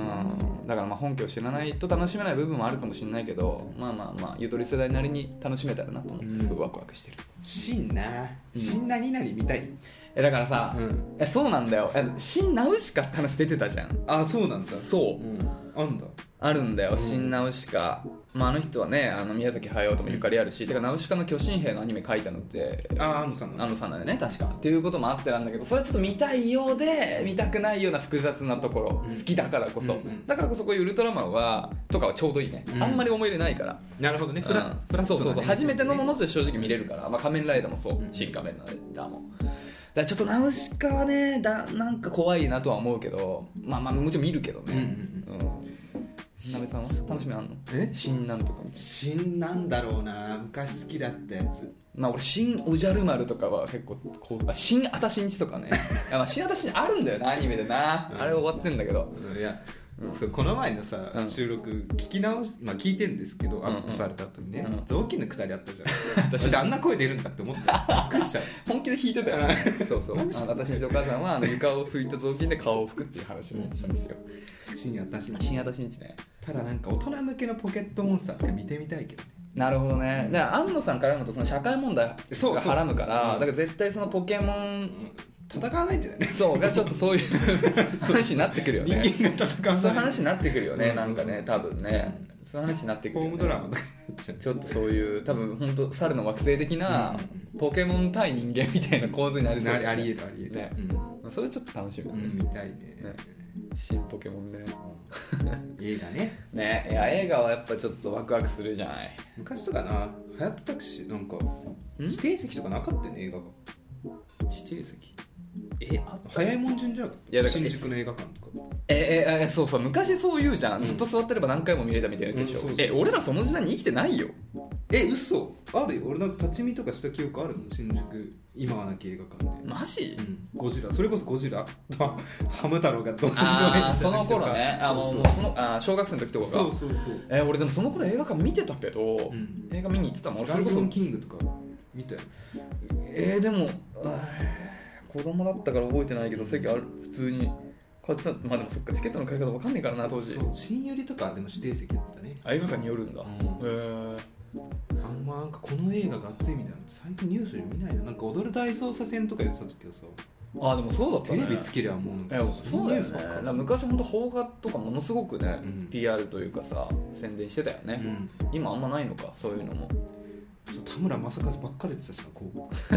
だからまあ本家を知らないと楽しめない部分もあるかもしれないけどまあまあまあゆとり世代なりに楽しめたらなと思ってすごいワクワクしてる。 新な新何々見たい、 えだからさ、 うん、 えそうなんだよえ新ナウシカって話出てたじゃん。 あそうなんだそう、 うん、あんだあるんだよ、 うん、 新ナウシカ、まあ、あの人はねあの宮崎駿ともゆかりあるし、うん、てかナウシカの巨神兵のアニメ描いたのってあ安野さん安野さんなんだよね確かっていうこともあってなんだけどそれはちょっと見たいようで見たくないような複雑なところ、うん、好きだからこそ、うんうん、だからこそこういうウルトラマンはとかはちょうどいいね、うん、あんまり思い入れないからなるほどね、フラ、うん、フラットなね、 そうそうそう初めてのものとして正直見れるから、まあ、仮面ライダーもそう、うん、新仮面ライダーもだちょっとナウシカはねだなんか怖いなとは思うけどまあまあもちろん見るけどね、うんうんうんなべさんは楽しみあんの？え新なんとか新なんだろうな昔好きだったやつまあ俺新おじゃる丸とかは結構こう新あたしんちとかねまあ新あたしんちあるんだよなアニメでな、うん、あれ終わってんだけどいや、うん、そうこの前のさ、うん、収録聞き直しまあ聞いてんですけど、うん、アップされた後にね、うん、雑巾のくだりあったじゃん私あんな声出るんだって思ったびっくりした本気で弾いてたよそうそうあの私のお母さんはあの床を拭いた雑巾で顔を拭くっていう話をしたんですよ新あたしんち新あたしんちねただなんか大人向けのポケットモンスターとか見てみたいけどね。 なるほどね。だから安野さんから読むとその社会問題がはらむからだから絶対そのポケモン、うん、 戦わないんじゃないそうがちょっとそういう話になってくるよね人間が戦わないそういう話になってくるよね、うん、なんかね多分ねそういう話になってくるよねホームドラマちょっとそういう多分本当猿の惑星的なポケモン対人間みたいな構図になりそうだ、ね、 ありえるありえる、ねうん、それちょっと楽しみだね、 うん、見たいねね新ポケモンね映画ねねいや映画はやっぱちょっとワクワクするじゃない昔とかな流行ってたくしなんか指定席とかなかったよね映画館指定席えあ早いもん順じゃなかった新宿の映画館とかえええそうそう昔そう言うじゃん、うん、ずっと座ってれば何回も見れたみたいなやつでしょ、うん、そうそうそうえ俺らその時代に生きてないよえ嘘あるよ俺なんか立ち見とかした記憶あるの新宿今はなき映画館でマジ、 うん、ゴジラそれこそゴジラハム太郎が同時上映したその頃ねあもうそのあ小学生の時とかがそうそうそうえ俺でもその頃映画館見てたけど、うん、映画見に行ってたもん俺それこそキングとか見たよえー、でも子供だったから覚えてないけど席ある普通に買ってたまあでもそっかチケットの買い方分かんないからな当時そう新寄りとかでも指定席だったね映画館によるんだ、うん、へえあんまなんかこの映画が熱いみたいな最近ニュースで見ないななんか踊る大捜査線とか言ってた時はさあでもそうだったねテレビつけりゃもうそうだよねだ昔本当邦画とかものすごくね、うん、ピーアール というかさ宣伝してたよね、うん、今あんまないのかそういうのもそう田村正和ばっかり出てたしな広告、うん、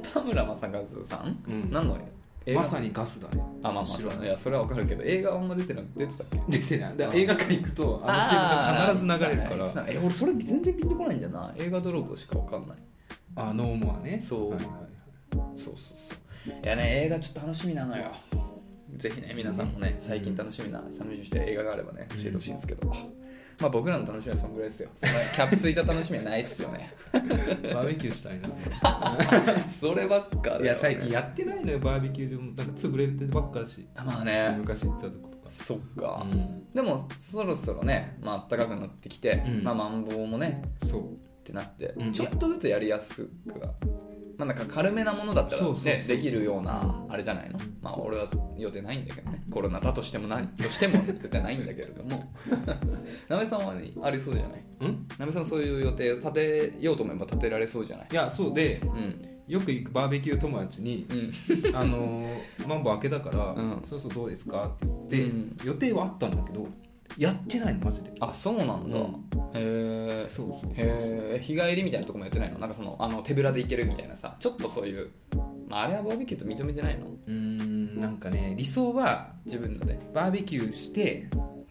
田村正和さん、うん、何の映画まさにガスだねあまあまあいやそれは分かるけど映画はあんま出てな出てたっけ出てないだから映画館行くとあの シーエム が必ず流れるからえ俺それ全然ピンとこないんだよな映画泥棒しか分かんないあノーモアねそう、はいはいはい、そうそうそういやね映画ちょっと楽しみなのよぜひね皆さんもね最近楽しみな楽しみにしてる映画があればね教えてほしいんですけど、うんまあ僕らの楽しみはそのぐらいですよそんなキャップついた楽しみはないですよねバーベキューしたいなそればっかだよ、ね、 いや最近やってないのよバーベキュー場もなんか潰れてばっかだしまあね昔行ったとことかそっか、うん、でもそろそろね、まあ暖かくなってきて、うん、まあマンボウもねそうってなって、うん、ちょっとずつやりやすくはまあ、なんか軽めなものだったら、ね、できるようなあれじゃないの、まあ俺は予定ないんだけどねコロナだとしてもないとしても予定ないんだけれどもなべさんはありそうじゃないんなべさんそういう予定を立てようと思えば立てられそうじゃないいやそうで、うん、よく行くバーベキュー友達に、うん、あのマンボウ開けたから、うん、そうそうどうですかって言って、うん、予定はあったんだけどやってないのマジであそうなんだ、うん、へえそうそうそうそうへ日帰りみたいなとこもやってないのなんかそのあの手ぶらで行けるみたいなさちょっとそういう、まあ、あれはバーベキューと認めてないのうーんなんかね理想は自分のでバーベキューして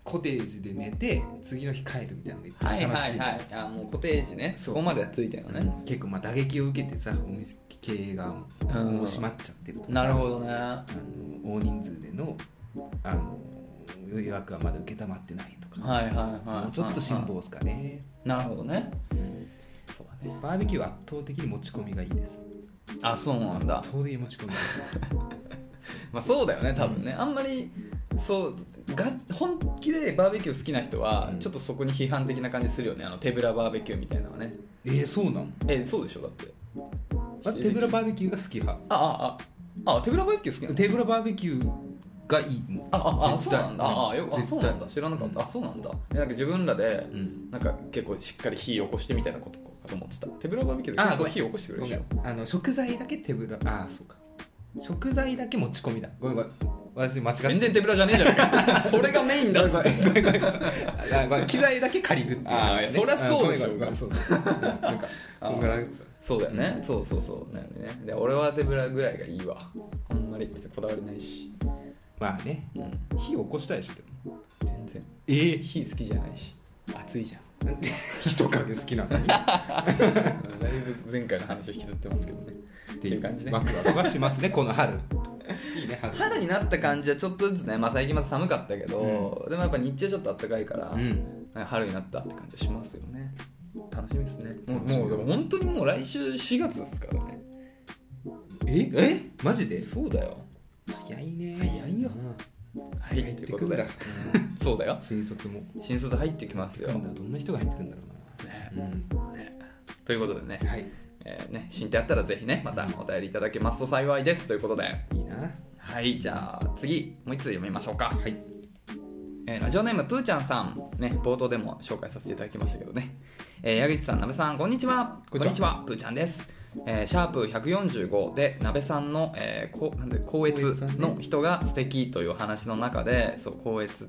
コテージで寝て次の日帰るみたいなのが一番楽しい。 はいはいはい、あもうコテージね、そこまではついてるのね、 うん、結構まあ打撃を受けてさお店経営がもう閉まっちゃってるとか、 なるほどね、 あの大人数でのあの予約はまだ受けたまってないとか、 はいはいはい、 もうちょっと辛抱ですかね。 なるほどね、 うん、そうだね。バーベキューは圧倒的に持ち込みがいいです。 あ、そうなんだ。 圧倒的に持ち込みがいいまあそうだよね多分ね、うん、あんまりそうが本気でバーベキュー好きな人はちょっとそこに批判的な感じするよね、あの手ぶらバーベキューみたいなのはね。 えー、そうなの？ えー、そうでしょだって。 あ、手ぶらバーベキューが好き派。 ああああ手ぶらバーベキュー好きなの？ 手ぶらバーベキューがいい。もうあああそうなんだ。ああよあそうなんだ、知らなかった。 うん、 あそうなんだ。なんか自分らで、 うん、 なんか結構しっかり火起こしてみたいなことかと思ってた。手ぶらバーベキューで結構火起こしてくれるでしょ。 あの食材だけ手ぶら、ああそうか、食材だけ持ち込みだ。ごめんごめん、私間違って全然手ぶらじゃねえじゃんかそれがメインだっつってごめんごめんごめん機材だけ借りるっていう話、ね、 あそりゃそうでしょうがそうそうなんかこんぐらいそうだよね、うん、そうそうそうなんでね。で俺は手ぶらぐらいがいいわ。あんまり別にこだわりないし。 まあね、うん、火起こしたいでしょ。でも全然えー、 火好きじゃないし暑いじゃん。 なんで人影好きなのにだいぶ前回の話を引きずってますけどねっていう感じね。 ワクワクはしますねこの春いいね 春, 春になった感じはちょっとずつね、まあ、最近また寒かったけど、うん、でもやっぱ日中ちょっと暖かいから、うん、春になったって感じしますよね。楽しみですね。もうもうでも本当にもう来週しがつですからね。 ええマジで？ そうだよ。 早いね。 早いよ。はい、ということでそうだよ。 新卒も新卒入ってきますよ。 どんな人が入ってくるんだろうな、 ねうんね、ということでね、 はいえー、ね進展あったらぜひねまたお便りいただけますと幸いですということで、 いいな。 はい、じゃあ次もう一つ読みましょうか。 はい、 えー、ラジオネームぷーちゃんさん、ね、冒頭でも紹介させていただきましたけどね、えー、矢口さん、なべさん、こんにちは。こんにちは、ぷーちゃんです。えー、シャープひゃくよんじゅうごでなべさんの、えー、こなんで校閲の人が素敵という話の中で、そう校閲って、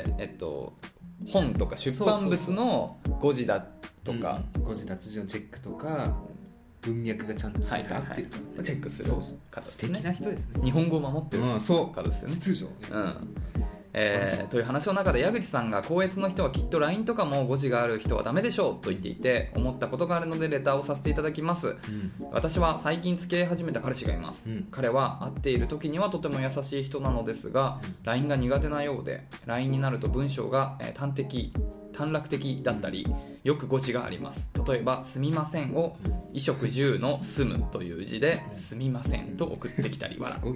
えっと、本とか出版物の誤字だとか、 うん、誤字脱字のチェックとか文脈がちゃんと合ってるか、はいはいはい、 チェックする方ですね。素敵な人ですね。 日本語を守ってる方ですよね、 うん、秩序、ね、 うんえー、という話の中で矢口さんが校閲の人はきっと ライン とかも誤字がある人はダメでしょうと言っていて、思ったことがあるのでレターをさせていただきます、うん、私は最近付き合い始めた彼氏がいます、うん、彼は会っている時にはとても優しい人なのですが、うん、ライン が苦手なようで ライン になると文章が、えー、端的短絡的だったりよく誤字があります。例えばすみませんを衣食住の住むという字ですみませんと送ってきたり笑う、うん、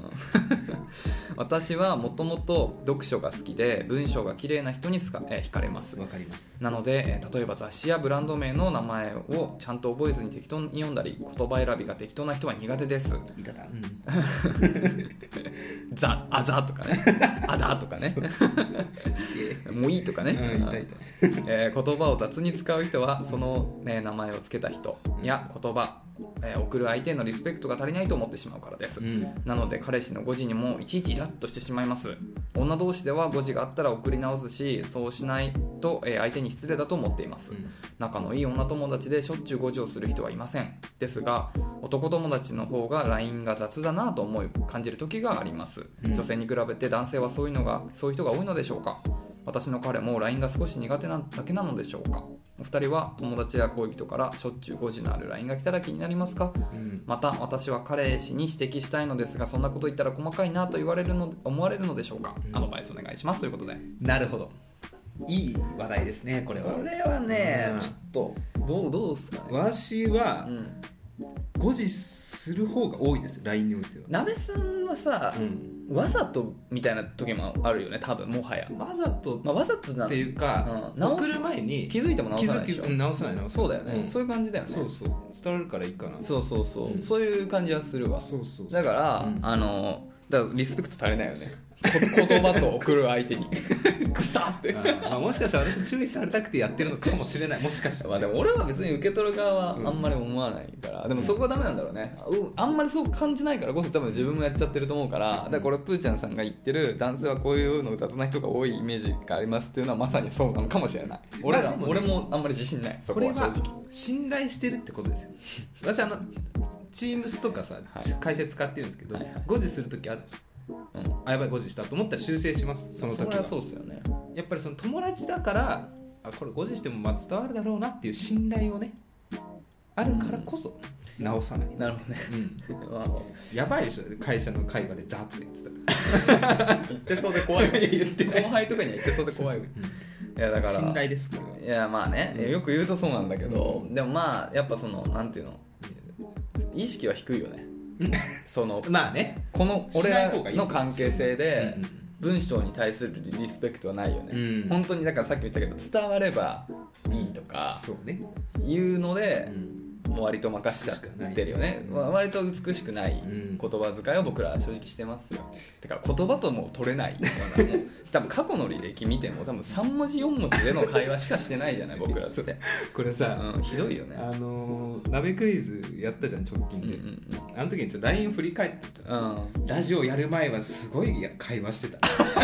私はもともと読書が好きで文章が綺麗な人にすか、えー、惹かれます。 わかります。 なので、えー、例えば雑誌やブランド名の名前をちゃんと覚えずに適当に読んだり言葉選びが適当な人は苦手です。 言い方、うん、 ザ、あざとかねあだとかねもういいとかね、 うん、痛い痛いえー、言葉を雑に使う人はその、ね、名前を付けた人や言葉、えー、送る相手へのリスペクトが足りないと思ってしまうからです、うん、なので彼氏の誤字にもいちいちイラッとしてしまいます。女同士では誤字があったら送り直すし、そうしないと、えー、相手に失礼だと思っています、うん、仲のいい女友達でしょっちゅう誤字をする人はいません。ですが男友達の方が ライン が雑だなと思い感じる時があります、うん、女性に比べて男性はそういうのがそういう人が多いのでしょうか。私の彼も ライン が少し苦手なだけなのでしょうか。お二人は友達や恋人からしょっちゅう誤字のある ライン が来たら気になりますか、うん、また私は彼氏に指摘したいのですがそんなこと言ったら細かいなと言われるの思われるのでしょうか、うん、アドバイスお願いしますということで。 なるほど、いい話題ですねこれは。 これはね、うん、ちょっとどうどうですかね。 私は、うん誤字する方が多いです ライン においては。 なべさんはさ、うん、わざとみたいな時もあるよね多分もはや。 わざと、 まあ、わざとなっていうか、うん、送る前に気づいても直さないでしょ。 直さない直さない。 そうだよね、うん、そういう感じだよね。 そうそう伝わるからいいかな。 そうそうそう、うん、そういう感じはするわ。 そうそうそうだから、うん、あのだからリスペクト足りないよね言葉と送る相手にくさってあ、まあ、もしかしたら私注意されたくてやってるのかもしれない。もしかしたら、 まあ、でも俺は別に受け取る側はあんまり思わないから、うん、でもそこはダメなんだろうね。あんまりそう感じないからこそ多分自分もやっちゃってると思うから。だからこれプーちゃんさんが言ってる男性はこういうの雑な人が多いイメージがありますっていうのはまさにそうなのかもしれない。俺ら、ね、俺もあんまり自信ない。そこは正直信頼してるってことですよ私あのチームスとかさ、はい、会社使ってるんですけど、はいはい、誤字するときあるんですよ。 うん、あやばい誤字したと思ったら修正します。その時はそれはそうですよね。 やっぱりその友達だからあこれ誤字してもまあ伝わるだろうなっていう信頼をねあるからこそ直さない、 うん、なるほどね、 うん、やばいでしょ会社の会話でザーとか言ってたら言ってそうで怖い言って後輩とかには言ってそうで怖いそうそう、 うん、いやだから信頼ですから、 いやまあね、よく言うとそうなんだけど、うん、でもまあやっぱそのなんていうの意識は低いよねそのまあねこの俺らの関係性で文章に対するリスペクトはないよね、うん、本当にだからさっき言ったけど伝わればいいとかいうので、うん、もう割と任しちゃってるよね、うん、割と美しくない言葉遣いを僕らは正直してますよ。てか言葉とも取れないようなもう多分過去の履歴見ても多分さん文字よん文字での会話しかしてないじゃない僕らってこれさ、 うん、ひどいよね。 あのー、鍋クイズやったじゃん直近で、うんうんうん、あの時にちょっと ライン を振り返ってた、うん、ラジオやる前はすごい会話してた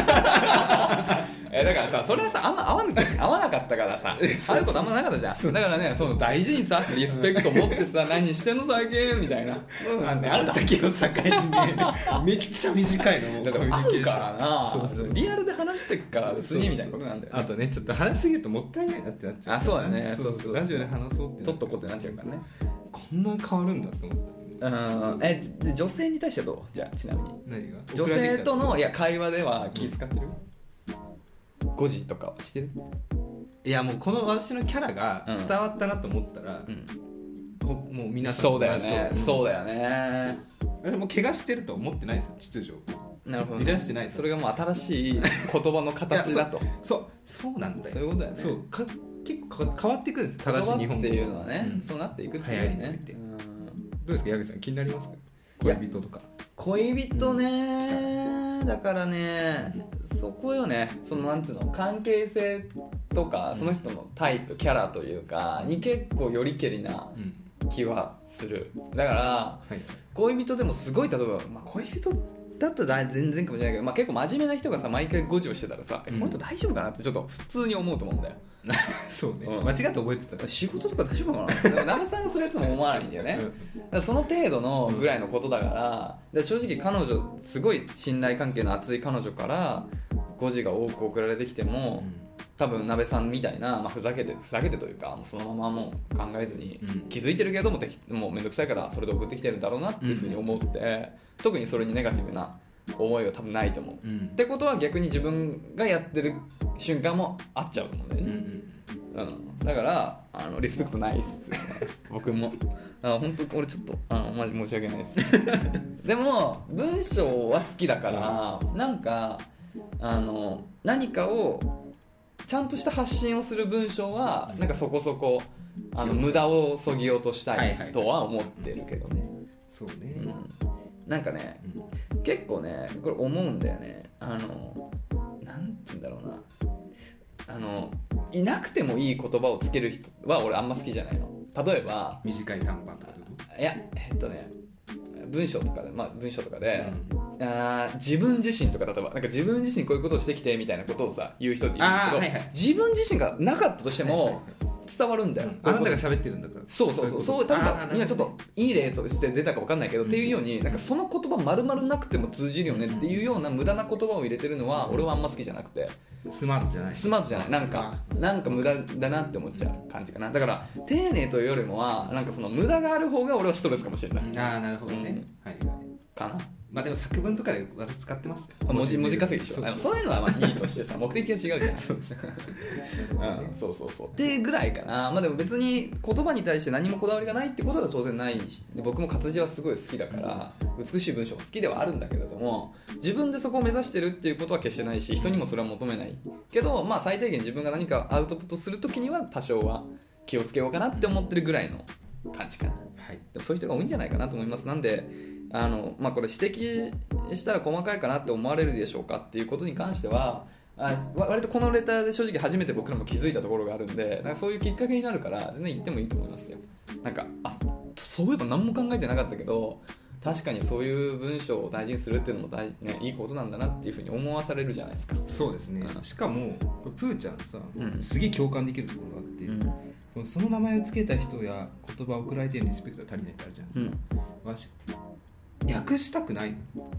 えだからさそれはさあんま合わな合わなかったからさあることあんまなかったじゃん。だからねその大事にさリスペクト持ってさ何してんの最近みたいな、 うん、あ, ね、ある時を境にねめっちゃ短いのだからあるからなそうそうそうリアルで話してっから別にみたいなことなんだよ、ね、 あとねちょっと話しすぎるともったいないなってなっちゃう。 あそうだねそうそうそうラジオで話そうって取っとこうってなっちゃうからね。 こんな変わるんだって思った。 うんえ女性に対してはどうじゃあちなみに何が女性とのいや会話では気遣ってる、うん、誤字とかはしてる。 いやもうこの私のキャラが伝わったなと思ったら、うんうん、もう皆さんそうだよね、うん、そうだよね。 でも怪我してると思ってないですよ秩序。 なるほど、ね、 乱してないです。 それがもう新しい言葉の形だとそうそうなんだよ。 そういうことだよね。 そうか結構変わっていくんですよ正しい日本語っていうのはね、うん、そうなっていくっていうね。 流行りにおいて、うん、どうですか矢口さん気になりますか恋人とか。 恋人ね、だからねそこよね。そのなんつうの関係性とかその人のタイプキャラというかに結構よりけりな気はする。だから、はい、恋人でもすごい例えば、まあ、恋人だったら全然かもしれないけど、まあ、結構真面目な人がさ毎回誤字をしてたらさ、うん、この人大丈夫かなってちょっと普通に思うと思うんだよそうね、うん、間違って覚えてたら仕事とか大丈夫かなでも生さんがそれやつも思わないんだよね、うん、だからその程度のぐらいのことだから、うん、正直彼女すごい信頼関係の厚い彼女から誤字が多く送られてきても、うん多分鍋さんみたいな、まあ、ふざけてふざけてというかもうそのままもう考えずに、うん、気づいてるけどももうめんどくさいからそれで送ってきてるんだろうなっていうふうに思って、うん、特にそれにネガティブな思いは多分ないと思う、うん、ってことは逆に自分がやってる瞬間もあっちゃうのでね、うんうんうん、だからあのリスペクトないっすよね僕もあ本当俺ちょっとあマジ申し訳ないですでも文章は好きだからなんかあの何かをちゃんとした発信をする文章はなんかそこそこあの無駄をそぎ落としたいとは思ってるけどね。 そうね、 うん、なんかね、うん、結構ねこれ思うんだよね。あのなんて言うんだろうなあのいなくてもいい言葉をつける人は俺あんま好きじゃないの。例えば短い短パンとかいやえっとね文章とかでまあ文章とかで、うん、あ自分自身とか例えばなんか自分自身こういうことをしてきてみたいなことをさ言う人でいるんだけど、はいはい、自分自身がなかったとしても伝わるんだよ、はいはいはい、 あなたが喋ってるんだからそうそうそうそう多分今ちょっといい例として出たか分かんないけど、うん、っていうようになんかその言葉丸々なくても通じるよねっていうような無駄な言葉を入れてるのは俺はあんま好きじゃなくてスマートじゃないスマートじゃないなんかなんか無駄だなって思っちゃう感じかな。だから丁寧というよりもはなんかその無駄がある方が俺はストレスかもしれない。 ああなるほどね、うん、はいはいかな。まあでも作文とかで私使ってましたよ。 文字文字稼ぎでしょ。そうそうそう、そういうのはまあいいとしてさ目的が違うじゃないそうそう、うん、そうそうそうってぐらいかな。まあでも別に言葉に対して何もこだわりがないってことは当然ないし、僕も活字はすごい好きだから美しい文章も好きではあるんだけれども自分でそこを目指してるっていうことは決してないし人にもそれは求めないけど、まあ最低限自分が何かアウトプットするときには多少は気をつけようかなって思ってるぐらいの感じかな、はい、でもそういう人が多いんじゃないかなと思います。なんであの、まあ、これ指摘したら細かいかなって思われるでしょうかっていうことに関してはあ割とこのレターで正直初めて僕らも気づいたところがあるんでなんかそういうきっかけになるから全然言ってもいいと思いますよ。なんかあそういえば何も考えてなかったけど確かにそういう文章を大事にするっていうのも大、ね、いいことなんだなっていうふうに思わされるじゃないですか。 そうですね、うん、しかもこれプーちゃんさ、うん、すげえ共感できるところがあって、うん、その名前を付けた人や言葉を送られてるリスペクトが足りないってあるじゃないですか、うん、訳したくないの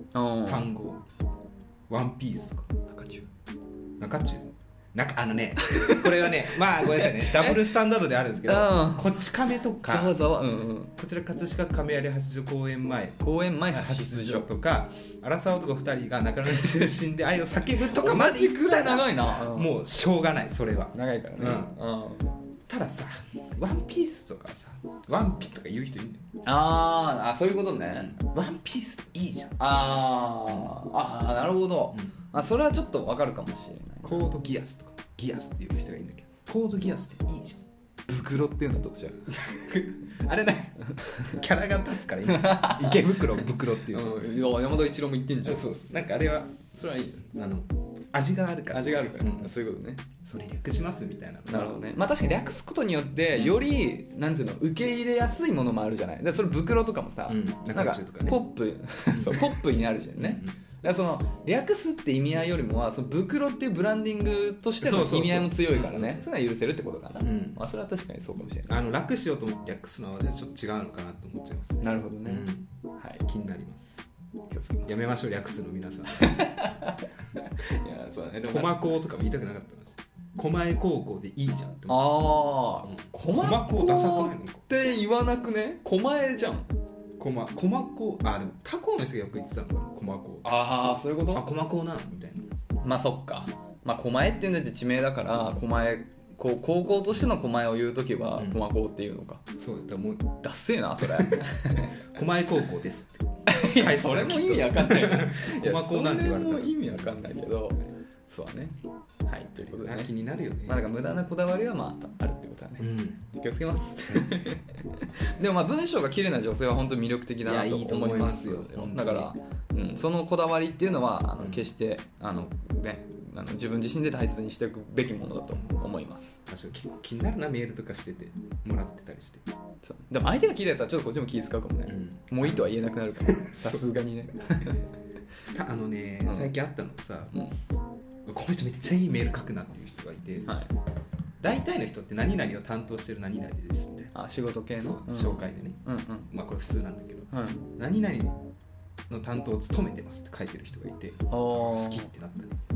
単語、ワンピースとか中中中中中あのねこれはねまあごめんなさいねダブルスタンダードであるんですけど、こち亀とかざわざわ、うんうん、 こちら葛飾亀有発所公演前公演前発所とか、荒沢男ふたりが中野の中心で愛を叫ぶとかマジくらい長いな、 もうしょうがない、それは長いからね、うんうん、 たださワンピースとかさワンピとか言う人いるのよ。 あーあ、そういうことね。 ワンピースいいじゃん。 あーあー、なるほど、うん、あ、それはちょっと分かるかもしれない。 コードギアスとかギアスっていう人がいるんだけど、コードギアスっていいじゃん。 袋っていうのはどうじゃあれねキャラが立つからいい池袋袋っていう、 うん、いや山田一郎も言ってんじゃん。 そうそう、なんかあれはそれはいい、 あの味があるから味があるから、うん、そういうことね。 それ略しますみたいな。 なるほどね。まあ確かに略すことによってより、うん、なんていうの、受け入れやすいものもあるじゃない。だからそれ袋とかもさ、うん、なんかポップそうポップになるじゃんね。うんうん、だからその略すって意味合いよりもはその袋っていうブランディングとしての意味合いも強いからね。それは許せるってことかな、うん、まあ、それは確かにそうかもしれない。 あの楽しようと思って略すのはちょっと違うのかなと思っちゃいます、ね、 なるほどね、 うん、はい、気になります。気をつけます。やめましょう略すの皆さん。いやそうだね。 駒高とかも言いたくなかったんですよ。狛江高校でいいじゃんって思って。ああ、駒高ダサくないのって言わなくね。狛江じゃん。 駒駒高、あ、でも他校の人がよく言ってたのかな、駒高。 ああ、そういうこと。 あ、駒高なのみたいな。 まあそっか。まあ狛江っていうんだって地名だから狛江、こう高校としての狛江を言うときは駒高っていうのか、 うん、そうだ、もうダッセーなそれ。 狛江高校ですっていやそれも意味わかんない。 駒高なんて言われたら意味わかんないけど、そうだね。はい、ということでね。 気になるよね。 まあだから無駄なこだわりはまああるってことだね。うん、気をつけます。でもまあ文章が綺麗な女性は本当に魅力的だなと思いますよ。だから、うん、そのこだわりっていうのはあの決してあのね。あの自分自身で大切にしていくべきものだと思います。 確かに結構気になるな、メールとかしててもらってたりして。 そうでも相手が綺麗だったらちょっとこっちも気遣うかもね、うん、もういいとは言えなくなるからさすがにね。 あのね、うん、最近あったのがさ、うん、この人めっちゃいいメール書くなっていう人がいて、はい、大体の人って何々を担当してる何々ですみたいな。 あ、仕事系の、 うん、紹介でね、うんうん、まあこれ普通なんだけど、うん、何々の担当を務めてますって書いてる人がいて、好きってなった。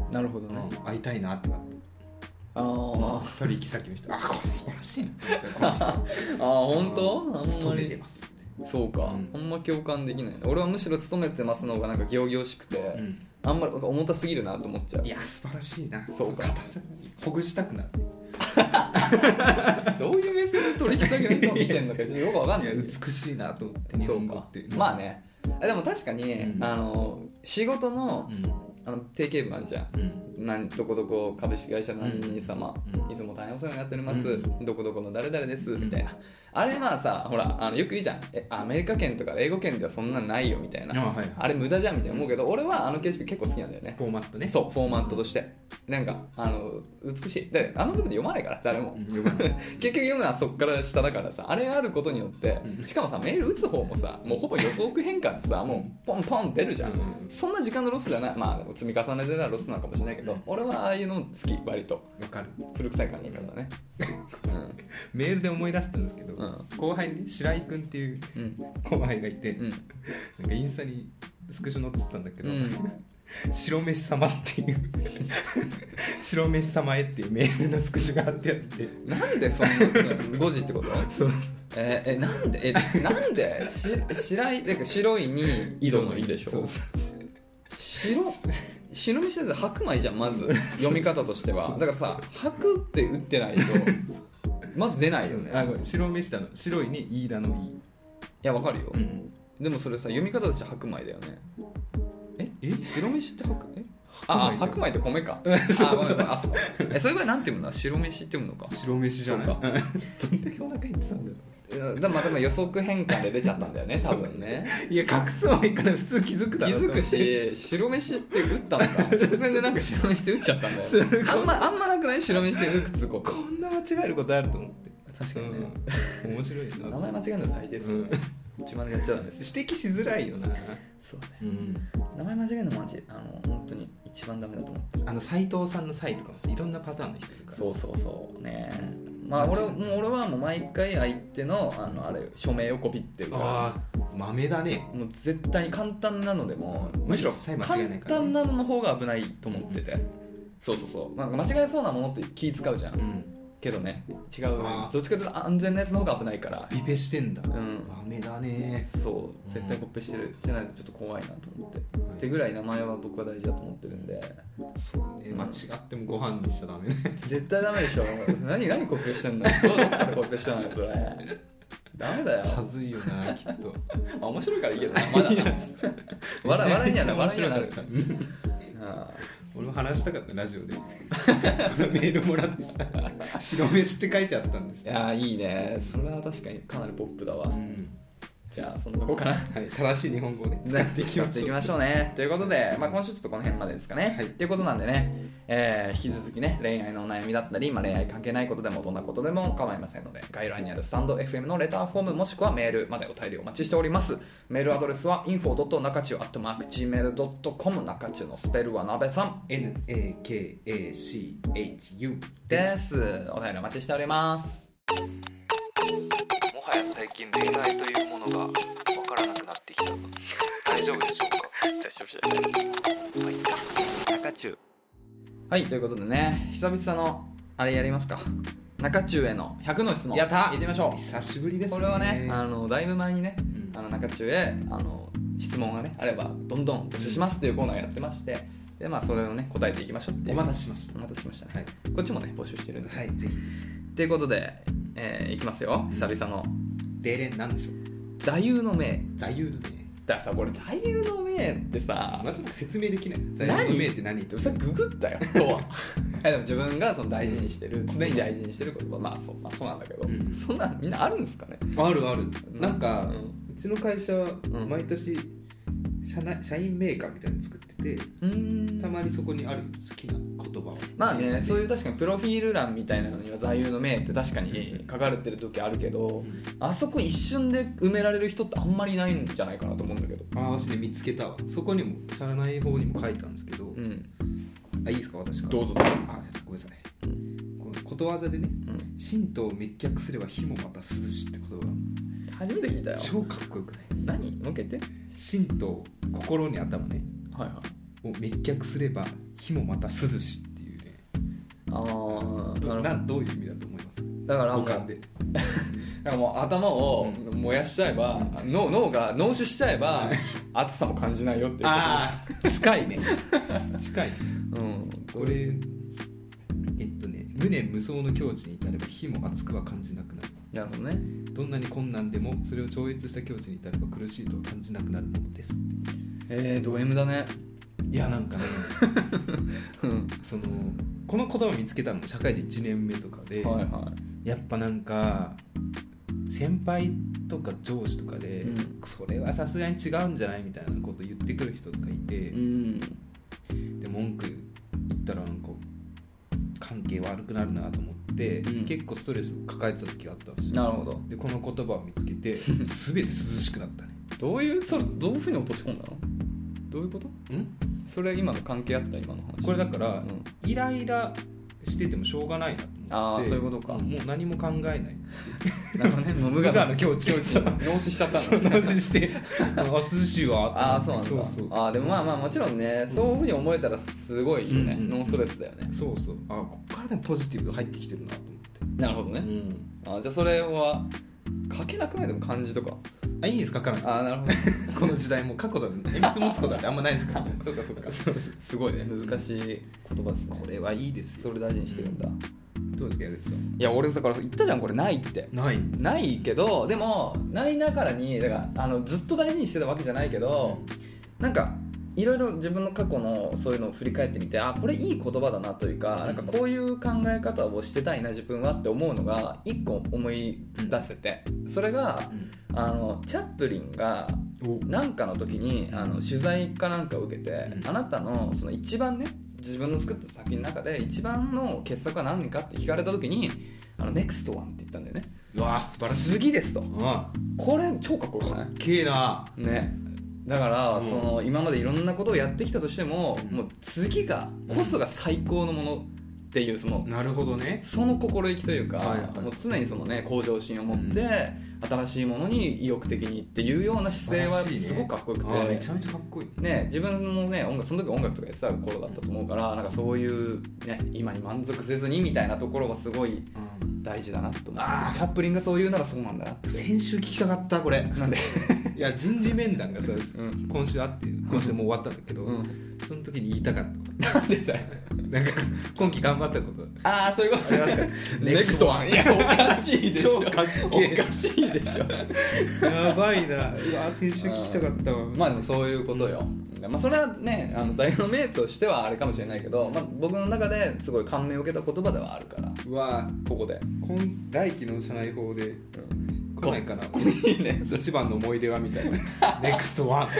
なるほどね、 うん、会いたいなってなった。ああ、取引先の人、あ、これ素晴らしいなこの人。ああ、 本当？ 勤めてますって。 そうか、うん、あんま共感できない。俺はむしろ勤めてますの方がなんか仰々しくて、うん、あんまり重たすぎるなと思っちゃう。 いや、素晴らしいな。 そうか、 硬さにほぐしたくなる。 どういう目線で取引先の人を見てんのかちょっとよくわかんない。 美しいなと思って日本語って。 まあね、でも確かに、うん、あの仕事の、うん、あの定型文あるじゃん、うん、なんどこどこ株式会社何々様、うん、いつも大変お世話になっております、うん、どこどこの誰々です、うん、みたいな。あれまあさ、ほらあのよく言うじゃん、えアメリカ圏とか英語圏ではそんなんないよみたいな、あ、はいはい、あれ無駄じゃんみたいな思うけど、俺はあの形式結構好きなんだよね。 フォーマットね。 そう、フォーマットとしてなんかあの美しい。であの部分で読まないから誰も、うん、読まない結局読むのはそっから下だからさ、あれがあることによって、うん、しかもさメール打つ方もさ、もうほぼ予測変換でさ、もうポンポン出るじゃん、うん、そんな時間のロスじゃない。まあでも積み重ねでたらロスなのかもしれないけど、うん、俺はああいうの好き。割とわかる。 古臭い考え方だね。うん、 メールで思い出したんですけど、うん、後輩に白井くんっていう後輩がいて、うん、なんかインスタにスクショ載ってたんだけど、うん、白飯様っていう白飯様へっていうメールのスクショがあってあって、 なんでそんなごじってこと？ そうえー、えなんでえなんでし白い、なんか白いに井戸の井でしょ。そうそう、白白飯って白米じゃん、まず読み方としては。だからさ、白って打ってないとまず出ないよね。 あ、白飯だの、白いに飯田のいい。いや、わかるよ、うん、でもそれさ、読み方として白米だよね。ええ白飯って白えあ、白米って米か。あ、ごめんごめん。あ、そうか。え、そういう場合なんて読むの？白飯って読むのか。 白飯じゃない。そうか。どんだけお腹減ってたんだよ。 だまあでも予測変換で出ちゃったんだよね、多分ね。 いや、隠すはいいから普通気づくだろ。 気づくし、白飯って打ったのか。直前でなんか白飯って打っちゃったんだよ。あんまあんまなくない？白飯って打つこと。 こんな間違えることあると思って。 確かにね。 うん、面白いな。 名前間違えるの最低です。うん、一番やっちゃダメです。 指摘しづらいよな。 そうね。うん、名前間違えるのマジあの本当に一番ダメだと思ってる。 あの斉藤さんの斉とかもいろんなパターンの人いるから。 そうそうそうね。まあ俺もう俺はもう毎回相手のあのあれ署名をコピってるから。 豆だね。 もう絶対に簡単なのでもむしろ簡単なのの方が危ないと思ってて、うん、そうそうそう、なんか間違えそうなものって気使うじゃん、うん、けどね違う、どっちかというと安全なやつの方が危ないから。 コピペしてんだ、 うん、 豆だね。 そう絶対コピペしてるじゃないとちょっと怖いなと思って、うん、ってぐらい名前は僕は大事だと思ってるんで。 そうね、間違ってもご飯にしちゃダメね。 絶対ダメでしょ。何何コピペしてんの、どうどっからコピペしたのよそれ。ダメだよ。 はずいよなきっと。 あ面白いからいいけどな、まだ笑笑いにはな笑いにはなる。 俺も話したかったラジオでメールもらってさ白飯って書いてあったんです。 いやいいね、それは確かにかなりポップだわ、うん、じゃあそのとこかな、はい、 正しい日本語をね使っていきましょう。 使っていきましょうね。ということで、まあ、今週ちょっとこの辺までですかね、はい、ということなんでね、えー、引き続きね恋愛のお悩みだったり、まあ、恋愛関係ないことでもどんなことでも構いませんので、概要欄にあるスタンド エフエム のレターフォームもしくはメールまでお便りお待ちしております。メールアドレスは インフォドットナカチュウアットマークジーメールドットコム、 中中のスペルはなべさん エヌエーケーエーシーエイチユー です。お便りお待ちしております。 もはや最近恋愛というものがわからなくなってきた。大丈夫でしょうか。大丈夫じゃない。はい、中中。 はい、ということでね、久々のあれやりますか。中中へのひゃくの質問。 やった行ってみましょう。 久しぶりですね。 これはね、あのだいぶ前にね、うん、あの中中へあの質問がねあればどんどん募集しますっていうコーナーをやってまして、でまあそれをね答えていきましょうっていう。 お待たせしました。 お待たせしましたね。 はい、 こっちもね募集してるんで。 はい、ぜひ。 ということで、えー、いきますよ。久々の。 例連なんでしょう。 座右の銘。 座右の銘。 だからさ、これ座右の銘ってさ、 まず僕説明できない。座右の銘って何ってそれググったよとはでも自分がその大事にしてる、常に大事にしてることはまあそう、まあ、そうなんだけど、うん、そんなみんなあるんですかね。 あるある。なんか、うん、うちの会社は毎年社内社員名鑑みたいなの作ってて、うん、たまにそこにある好きな言葉を。 まあね、そういう確かにプロフィール欄みたいなのには座右の銘って確かに書かれてる時あるけど、うん、あそこ一瞬で埋められる人ってあんまりいないんじゃないかなと思うんだけど。 ああ、私ね見つけたわ。そこにも社内法にも書いたんですけど、うん、あ、いいですか私から。 どうぞどうぞ。 あ、ごめんなさい、うん、このことわざでね、うん、神道を滅却すれば火もまた涼しって言葉が初めて聞いたよ。 超かっこよくない？ 何？もう一回言って。 神道、心に頭ね、 はいはい、 を滅却すれば火もまた涼しっていうね。 ああ、 ど, などういう意味だと思います？ だからもうだからもう頭を燃やしちゃえば、うん、脳, 脳が脳死しちゃえば暑さも感じないよっていうこと。 ああ、近いね近い、 うん、 これえっとね、無念無想の境地に至れば火も熱くは感じなくなる。 なるほどね。 どんなに困難でもそれを超越した境地に至れば苦しいとは感じなくなるものですって。 えー、ド M だね。 いやなんかね、うん、そのこの言葉を見つけたのも社会人いちねんめとかで、はいはい、やっぱなんか先輩とか上司とかで、うん、それはさすがに違うんじゃないみたいなこと言ってくる人とかいて、うん、で文句言ったらなんか関係悪くなるなと思って、うん、結構ストレス抱えてた時があったんですよ。 なるほど。 でこの言葉を見つけて全て涼しくなったね。 どういうそれどういうふうに落とし込んだの？どういうこと？ん？それ今の関係あった今の話。 これだから、うん、イライラしててもしょうがないなと思って。 ああ、そういうことか。 もう何も考えない。 なるほどね。もう無我の境地脳死しちゃったの。脳死してあ涼しいわ。 ああ、そうなんだ。そうそう。ああ、でもまあまあもちろんね、そういうふうに思えたらすごいよね。うん、ノンストレスだよね。 そうそう。ああ、こっからでもポジティブが入ってきてるなと思って。 なるほどね。うん、あじゃあそれは書けなくない？でも漢字とか。 あ、いいですか？書かなくて。 あ、なるほど。 この時代も過去だね。鉛筆持つことってあんまないですからね。 そうかそうか。すごいね、難しい言葉ですね。 これはいいですよ。 それ大事にしてるんだ。 どうですか、矢口さん。いや俺だから言ったじゃん、これないって。 ないないけど、でもないながらにだからあのずっと大事にしてたわけじゃないけど、うん、なんかいろいろ自分の過去のそういうのを振り返ってみて、あ、これいい言葉だなというか、なんかこういう考え方をしてたいな自分はって思うのが一個思い出せて、それが、うん、あのチャップリンがなんかの時にあの取材かなんかを受けて、うん、あなたのその一番ね自分の作った作品の中で一番の傑作は何かって聞かれた時にあのネクストワンって言ったんだよね。 うわ素晴らしい。 次ですと、うん、これ超かっこよくない？ かっけえなね。だから、うん、その今までいろんなことをやってきたとしても、うん、もう次がこそが最高のものっていうそのなるほどねその心意気というか、 はいはい、 もう常にそのね向上心を持って、うん、新しいものに意欲的にっていうような姿勢はすごくかっこよくて、 ね、めちゃめちゃかっこいいね、自分もね音楽その時音楽とかやってた頃だったと思うからなんかそういうね今に満足せずにみたいなところがすごい大事だなと思って、チャップリンがそう言うならそうなんだなって。 先週聞きたかったこれなんでいや人事面談がさ、うん、今週あって今週もう終わったんだけど、うん、その時に言いたかったなんでだよなんか今期頑張ったことああそういうことありますかネクストワンいやおかしいでしょ超かっけえおかしいでしょやばいなうわ先週聞きたかったわまあでもそういうことよ、まあ、それはねあの座右の銘としてはあれかもしれないけど、まあ、僕の中ですごい感銘を受けた言葉ではあるからうわここで今来期の社内法で、うん、来ないかな。 いいね。 一番の思い出はみたいな。ネクストワン。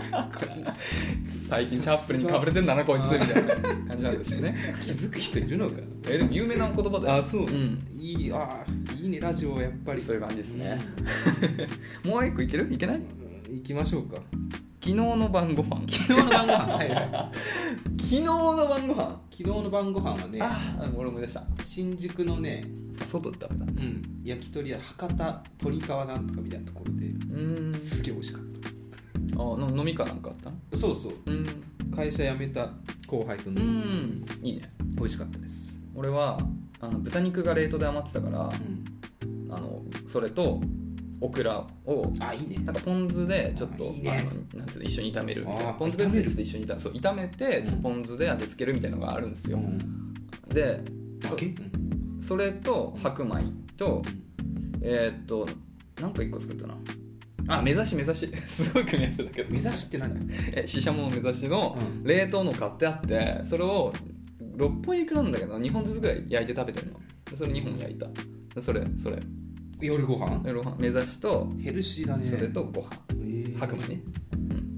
最近チャップリンにかぶれてんだなこいつみたいな感じなんでしょうね。 気づく人いるのかな。 えでも有名な言葉だよ。 あそう。うん、いいあいいねラジオやっぱり。 そういう感じですね。うん、もう一個いける？いけない？うん、 行きましょうか。 昨日の晩ご飯。 昨日の晩ご飯。はいはい。 昨日の晩ご飯。 昨日の晩ご飯はね。 ああ俺思い出した。 新宿のね。 外で食べた、うん、 焼き鳥屋博多鳥川なんとかみたいなところでうんすげえ美味しかったあの飲みかなんかあったのそうそう、うん、会社辞めた後輩と飲んでいいね美味しかったです俺はあの豚肉が冷凍で余ってたから、うん、あのそれとオクラをあいいねなんかポン酢でちょっといい、ね、あのなんつうの一緒に炒めるみたいなポン酢ベースでちょっと一緒に炒めそう炒めてちょっとポン酢で味付けるみたいなのがあるんですよ、うん、でだけそれと白米とえー、っと何かいっこ作ったなあ目指し目指しすごい組み合わせだけど目指しって何えシシャモの目指しの冷凍の買ってあってそれをろっぽんいくなんだけどにほんずつぐらい焼いて食べてるのそれにほん焼いたそれそれ夜ご飯夜ご飯目指しとヘルシーだねそれとご飯、えー、白米ね、 うん、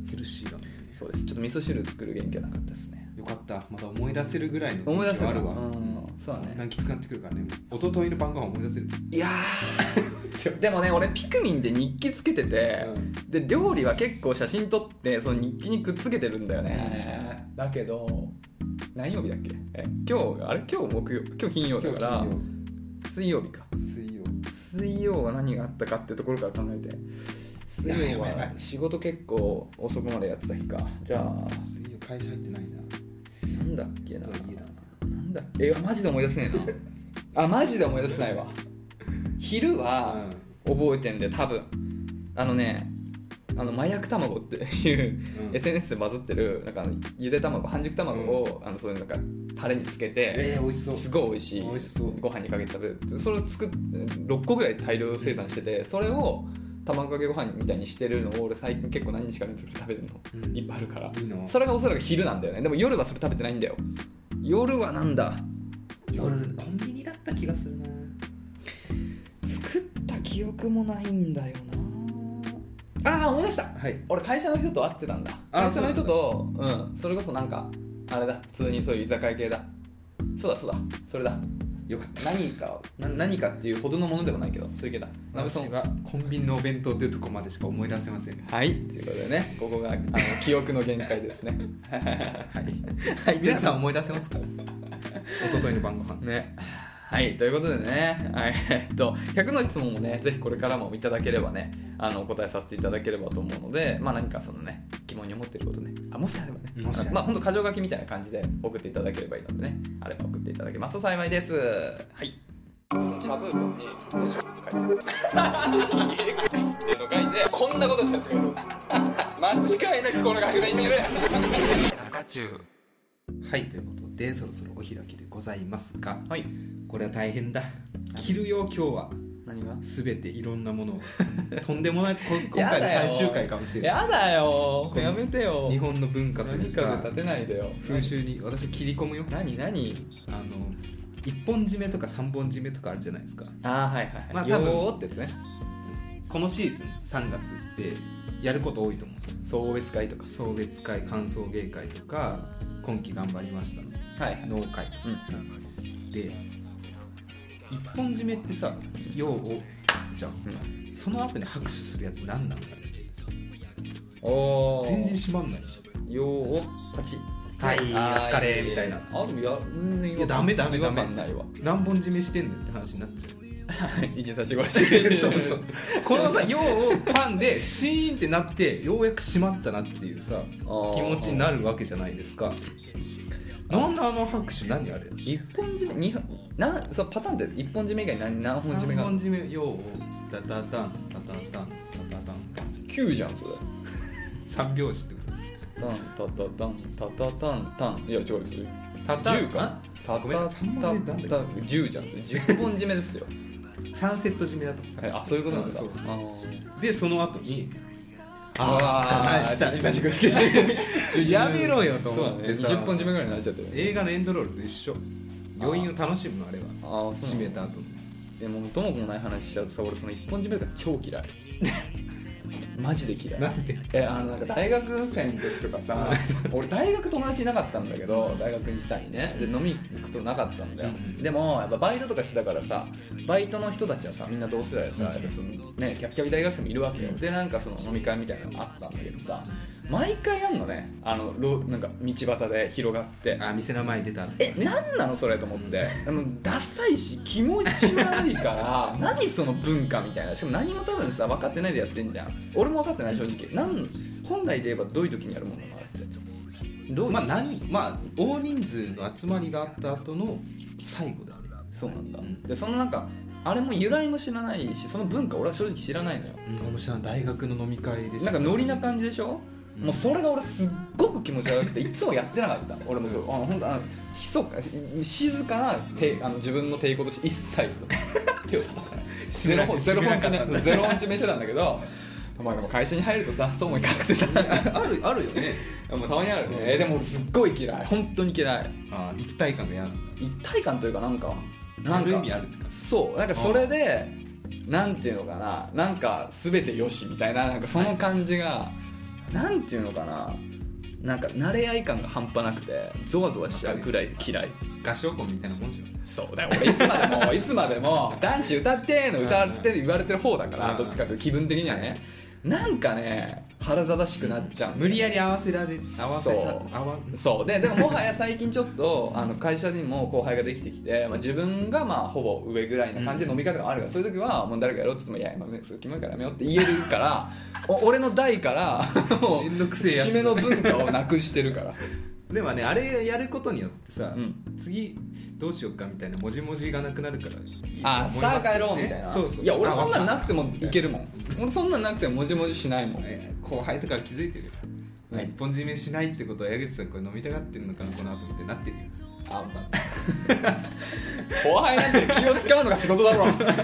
ヘルシーだねそうですちょっと味噌汁作る元気はなかったですねよかったまだ思い出せるぐらいの思い出せるあるわ、 うん、そうだねなんかきつくなってくるからね一昨日の晩ご飯思い出せるいやでもね俺ピクミンで日記つけてて、うん、で料理は結構写真撮ってその日記にくっつけてるんだよね、うん、だけど何曜日だっけえ今日あれ今日木曜今日金曜だから水曜日か水曜水曜は何があったかってところから考えて水曜は仕事結構遅くまでやってた日かじゃあ水曜会社入ってないななんだっけななんだっけえマジで思い出せないなあマジで思い出せないわ昼は覚えてんで多分あのねあの麻薬卵っていう、うん、エスエヌエス でバズってるなんかゆで卵半熟卵を、うん、あのそういうなんかタレにつけて、 えー、美味しそうすごい美味しい美味しそうご飯にかけて食べるそれを作ってろっこぐらい大量生産しててそれを卵かけご飯みたいにしてるのを俺最近結構何日か連続で食べてるの、うん、いっぱいあるからいいのそれがおそらく昼なんだよねでも夜はそれ食べてないんだよ夜はなんだ夜コンビニだった気がするな作った記憶もないんだよなああ思い出した、はい、俺会社の人と会ってたんだ会社の人とう、うん、それこそなんかあれだ普通にそういう居酒屋系だそうだそうだそれだよかった何かな何かっていうほどのものでもないけどそういう系だ私はコンビニのお弁当というところまでしか思い出せませんはいということでねここがあの記憶の限界ですねはい、 はい、皆さん思い出せますか一昨日の晩ご飯ねはいということでね、はい、えっとひゃくの質問もねぜひこれからもいただければねあのお答えさせていただければと思うのでまあ何かそのね疑問に思っていることねあもしあればねもしあればまあ本当箇条書きみたいな感じで送っていただければいいのでねあれば送っていただけますと幸いですはいその茶封筒に文字を書いてエクスっていうの書いてこんなことしたやつがいる間違いなくこの学年にいる中中はいということでそろそろお開きでございますが、 はい、 これは大変だ着るよ今日は何が全ていろんなものをとんでもない今回の最終回かもしれないやだよやめてよ日本の文化というか何かで立てないでよ風習に私切り込むよ何何あの一本締めとか三本締めとかあるじゃないですかあはいはい、 まあ、 多分よーってやつねこのシーズンさんがつってやること多いと思う送別会とか送別会歓送迎会とか今期頑張りましたの、 はいはい、 農会、うん、で一本締めってさようじゃん、うん、その後に拍手するやつ何なんだろうお全然閉まんないでしょようパチはいお疲れみたいな。 あでもやいやダメダメダメ、 違和感ないわ。 何本締めしてんのって話になっちゃう。 一日差し殺しそうそう。このさ、用をパンでシーンってなってようやく閉まったなっていうさ気持ちになるわけじゃないですか。なんであの拍手何あれ？ 一本締め二本なそうパターンって一本締め以外何何本締めが？ 三本締め用をタタタンタタタンタタタン九じゃんそれ。 三拍子ってこと？ タンタタタンタタタンタンいや違うですよ。 タタ十か？タタタタ十じゃんそれ。十本締めですよ。 さんセット締めだと。 あそういうことなんだ。 そうそうでその後に。 ああ、した久しぶりやめろよと思ってさ、にじゅっぽん締めぐらいになっちゃってる。 映画のエンドロールと一緒。余韻を楽しむのあれは。 ああ、 締めた後に。 でも元も子もない話しちゃうとさ、俺その一本締めが超嫌い。マジで嫌い。 なんで？ えあのなんか大学生の時とかさ、俺大学友達いなかったんだけど、大学に自体にね、で飲み行くとなかったんだよ。でもやっぱバイトとかしてたからさ、バイトの人たちはさみんな同世代でさ、やっぱそのねキャピキャピ大学生もいるわけよ。でなんかその飲み会みたいなのがあったんだけどさ、毎回やんのね、あのなんか道端で広がって、 あ店の前に出た。 えなんなのそれと思って、あのダサいし気持ち悪いから何その文化みたいな。しかも何も多分さ分かってないでやってんじゃん。俺も分かってない正直。なん本来で言えばどういう時にやるものなのあれってどういう、 まあ何まあ大人数の集まりがあった後の最後だね。 そうなんだ、 うん、 でそのなんかあれも由来も知らないし、その文化俺は正直知らないのよ。 俺も知らない。大学の飲み会でなんかノリな感じでしょ、うん、もうそれが俺すっごく気持ち悪くていつもやってなかった俺もそう、あの本当あのひそか静かな手あの自分の抵抗として一切手を叩かないゼロ本ゼロ本ちめゼロ本ちめしてたんだけどまあでも会社に入るとさそうもいかなくてさあるあるよね。 もうたまにあるね。えでもすっごい嫌い、本当に嫌い。 あ一体感が嫌な。 一体感というかなんかなんかある意味ある。 そうなんかそれでなんていうのかな、なんか全てよしみたいな、なんかその感じがなんていうのかな、なんか慣れ合い感が半端なくてゾワゾワしちゃうくらい嫌い。 合唱コンみたいなもんじゃん。 そうだよ俺いつまでもいつまでも男子歌ってーの歌って言われてる方だからどっちかというと気分的にはね、なんかね腹立たしくなっちゃう、 無理やり合わせられ合わせさそう合わそうででももはや最近ちょっとあの会社にも後輩ができてきて、まあ、自分がまあほぼ上ぐらいな感じで飲み方があるから、うん、そういう時はもう誰かやろうって言ってもいや今それキモいからやめようって言えるから俺の代からもう締めの文化をなくしてるからでもねあれやることによってさ、 うん、 次どうしようかみたいな文字文字がなくなるからいいあさあ帰ろうみたいな。 そうそう。 いや俺そんなんなくてもいけるもん。俺そんなんなくても文字文字しないもん。 後輩とか気づいてるよ、 うん、 一本締めしないってことは矢口さんこれ飲みたがってるのかなこの後ってなってるよ。 あんま後輩なんて気を使うのが仕事だろ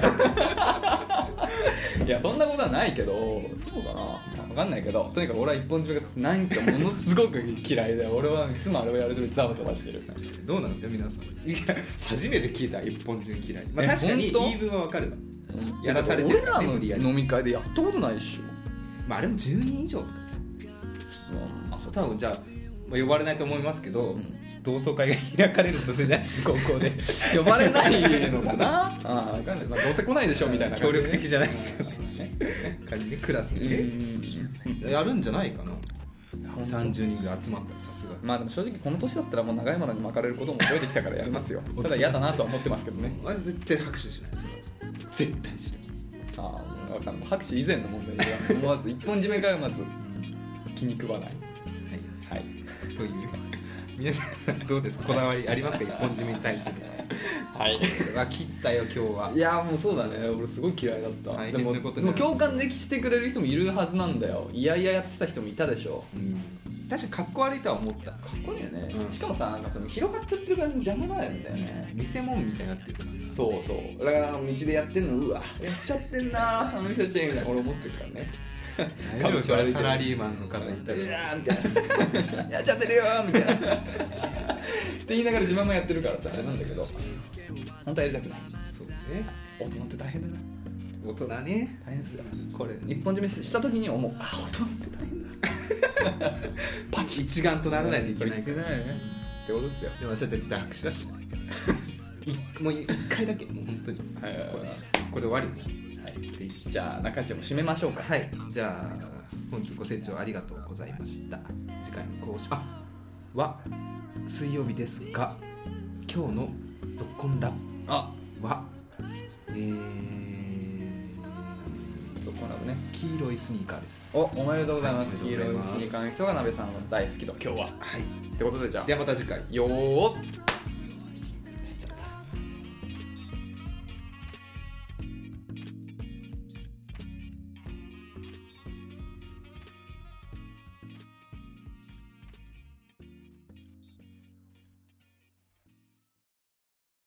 いやそんなことはないけど、そうかな分かんないけど、とにかく俺は一本締めがなんかものすごく嫌いで俺はいつもあれをやるときザワザワしてる。 どうなんですか皆さん。いや初めて聞いた一本締め嫌い。まあ確かに言い分は分かるわ、うん、やらされてるからね。 俺らの飲み会でやったことないっしょ。 まああれもじゅうにん以上とか、うん、あそう多分じゃあ、まあ、呼ばれないと思いますけど、うん、同窓会が開かれるとするじゃないですか高校で呼ばれないのかなあ分かんない、まあ、どうせ来ないでしょみたいな協力的じゃない感じでクラスでやるんじゃないかな。さんじゅうにんぐらい集まったらさすが。 まあでも正直この年だったらもう長いものに巻かれることも増えてきたからやりますよただ嫌だなとは思ってますけどね。 まず絶対拍手しないそれは絶対しない。 ああ分かんない、拍手以前の問題でまず一本締めがまず気に食わない。はい、はい、 という皆さんどうですか、こだわりありますか一本締めに対するはいは切ったよ今日は。 いやもうそうだね、俺すごい嫌いだった。でも、でも共感できしてくれる人もいるはずなんだよ。いやいややってた人もいたでしょ、うん、 確かにかっこ悪いとは思った。かっこいいよね、うん、しかもさなんかその広がってってる感じ邪魔だよね、 見せ物みたいになってる。 そうそうだから道でやってんのうわやっちゃってんなあの人たちみたいな俺思ってるからねサラリーマンの方いたらうわーみたいなやっちゃってるよーみたいなって言いながら自分もやってるからさあれなんだけど本当はやりたくない。そうね、大人って大変だな。 大人ね大変ですよ。 これ一本締めした時に思う、あ大人って大変だパチ一丸とならないといけないからねってことですよ。 でもそれ絶対拍手だしもう一回だけもう本当に、はいはいはい、これこれで終わりです、はい、 じゃあ中地も締めましょうか。 はい、じゃあ本日ご清聴ありがとうございました。次回の更新あは水曜日ですが、今日のゾッコンラあはえー、 ゾッコンラブね、 黄色いスニーカーです。 おおめでとうございます、 はい、 黄色いスニーカーの人がなべさんが大好きと今日は。はい、ってことでじゃあではまた次回よーっ。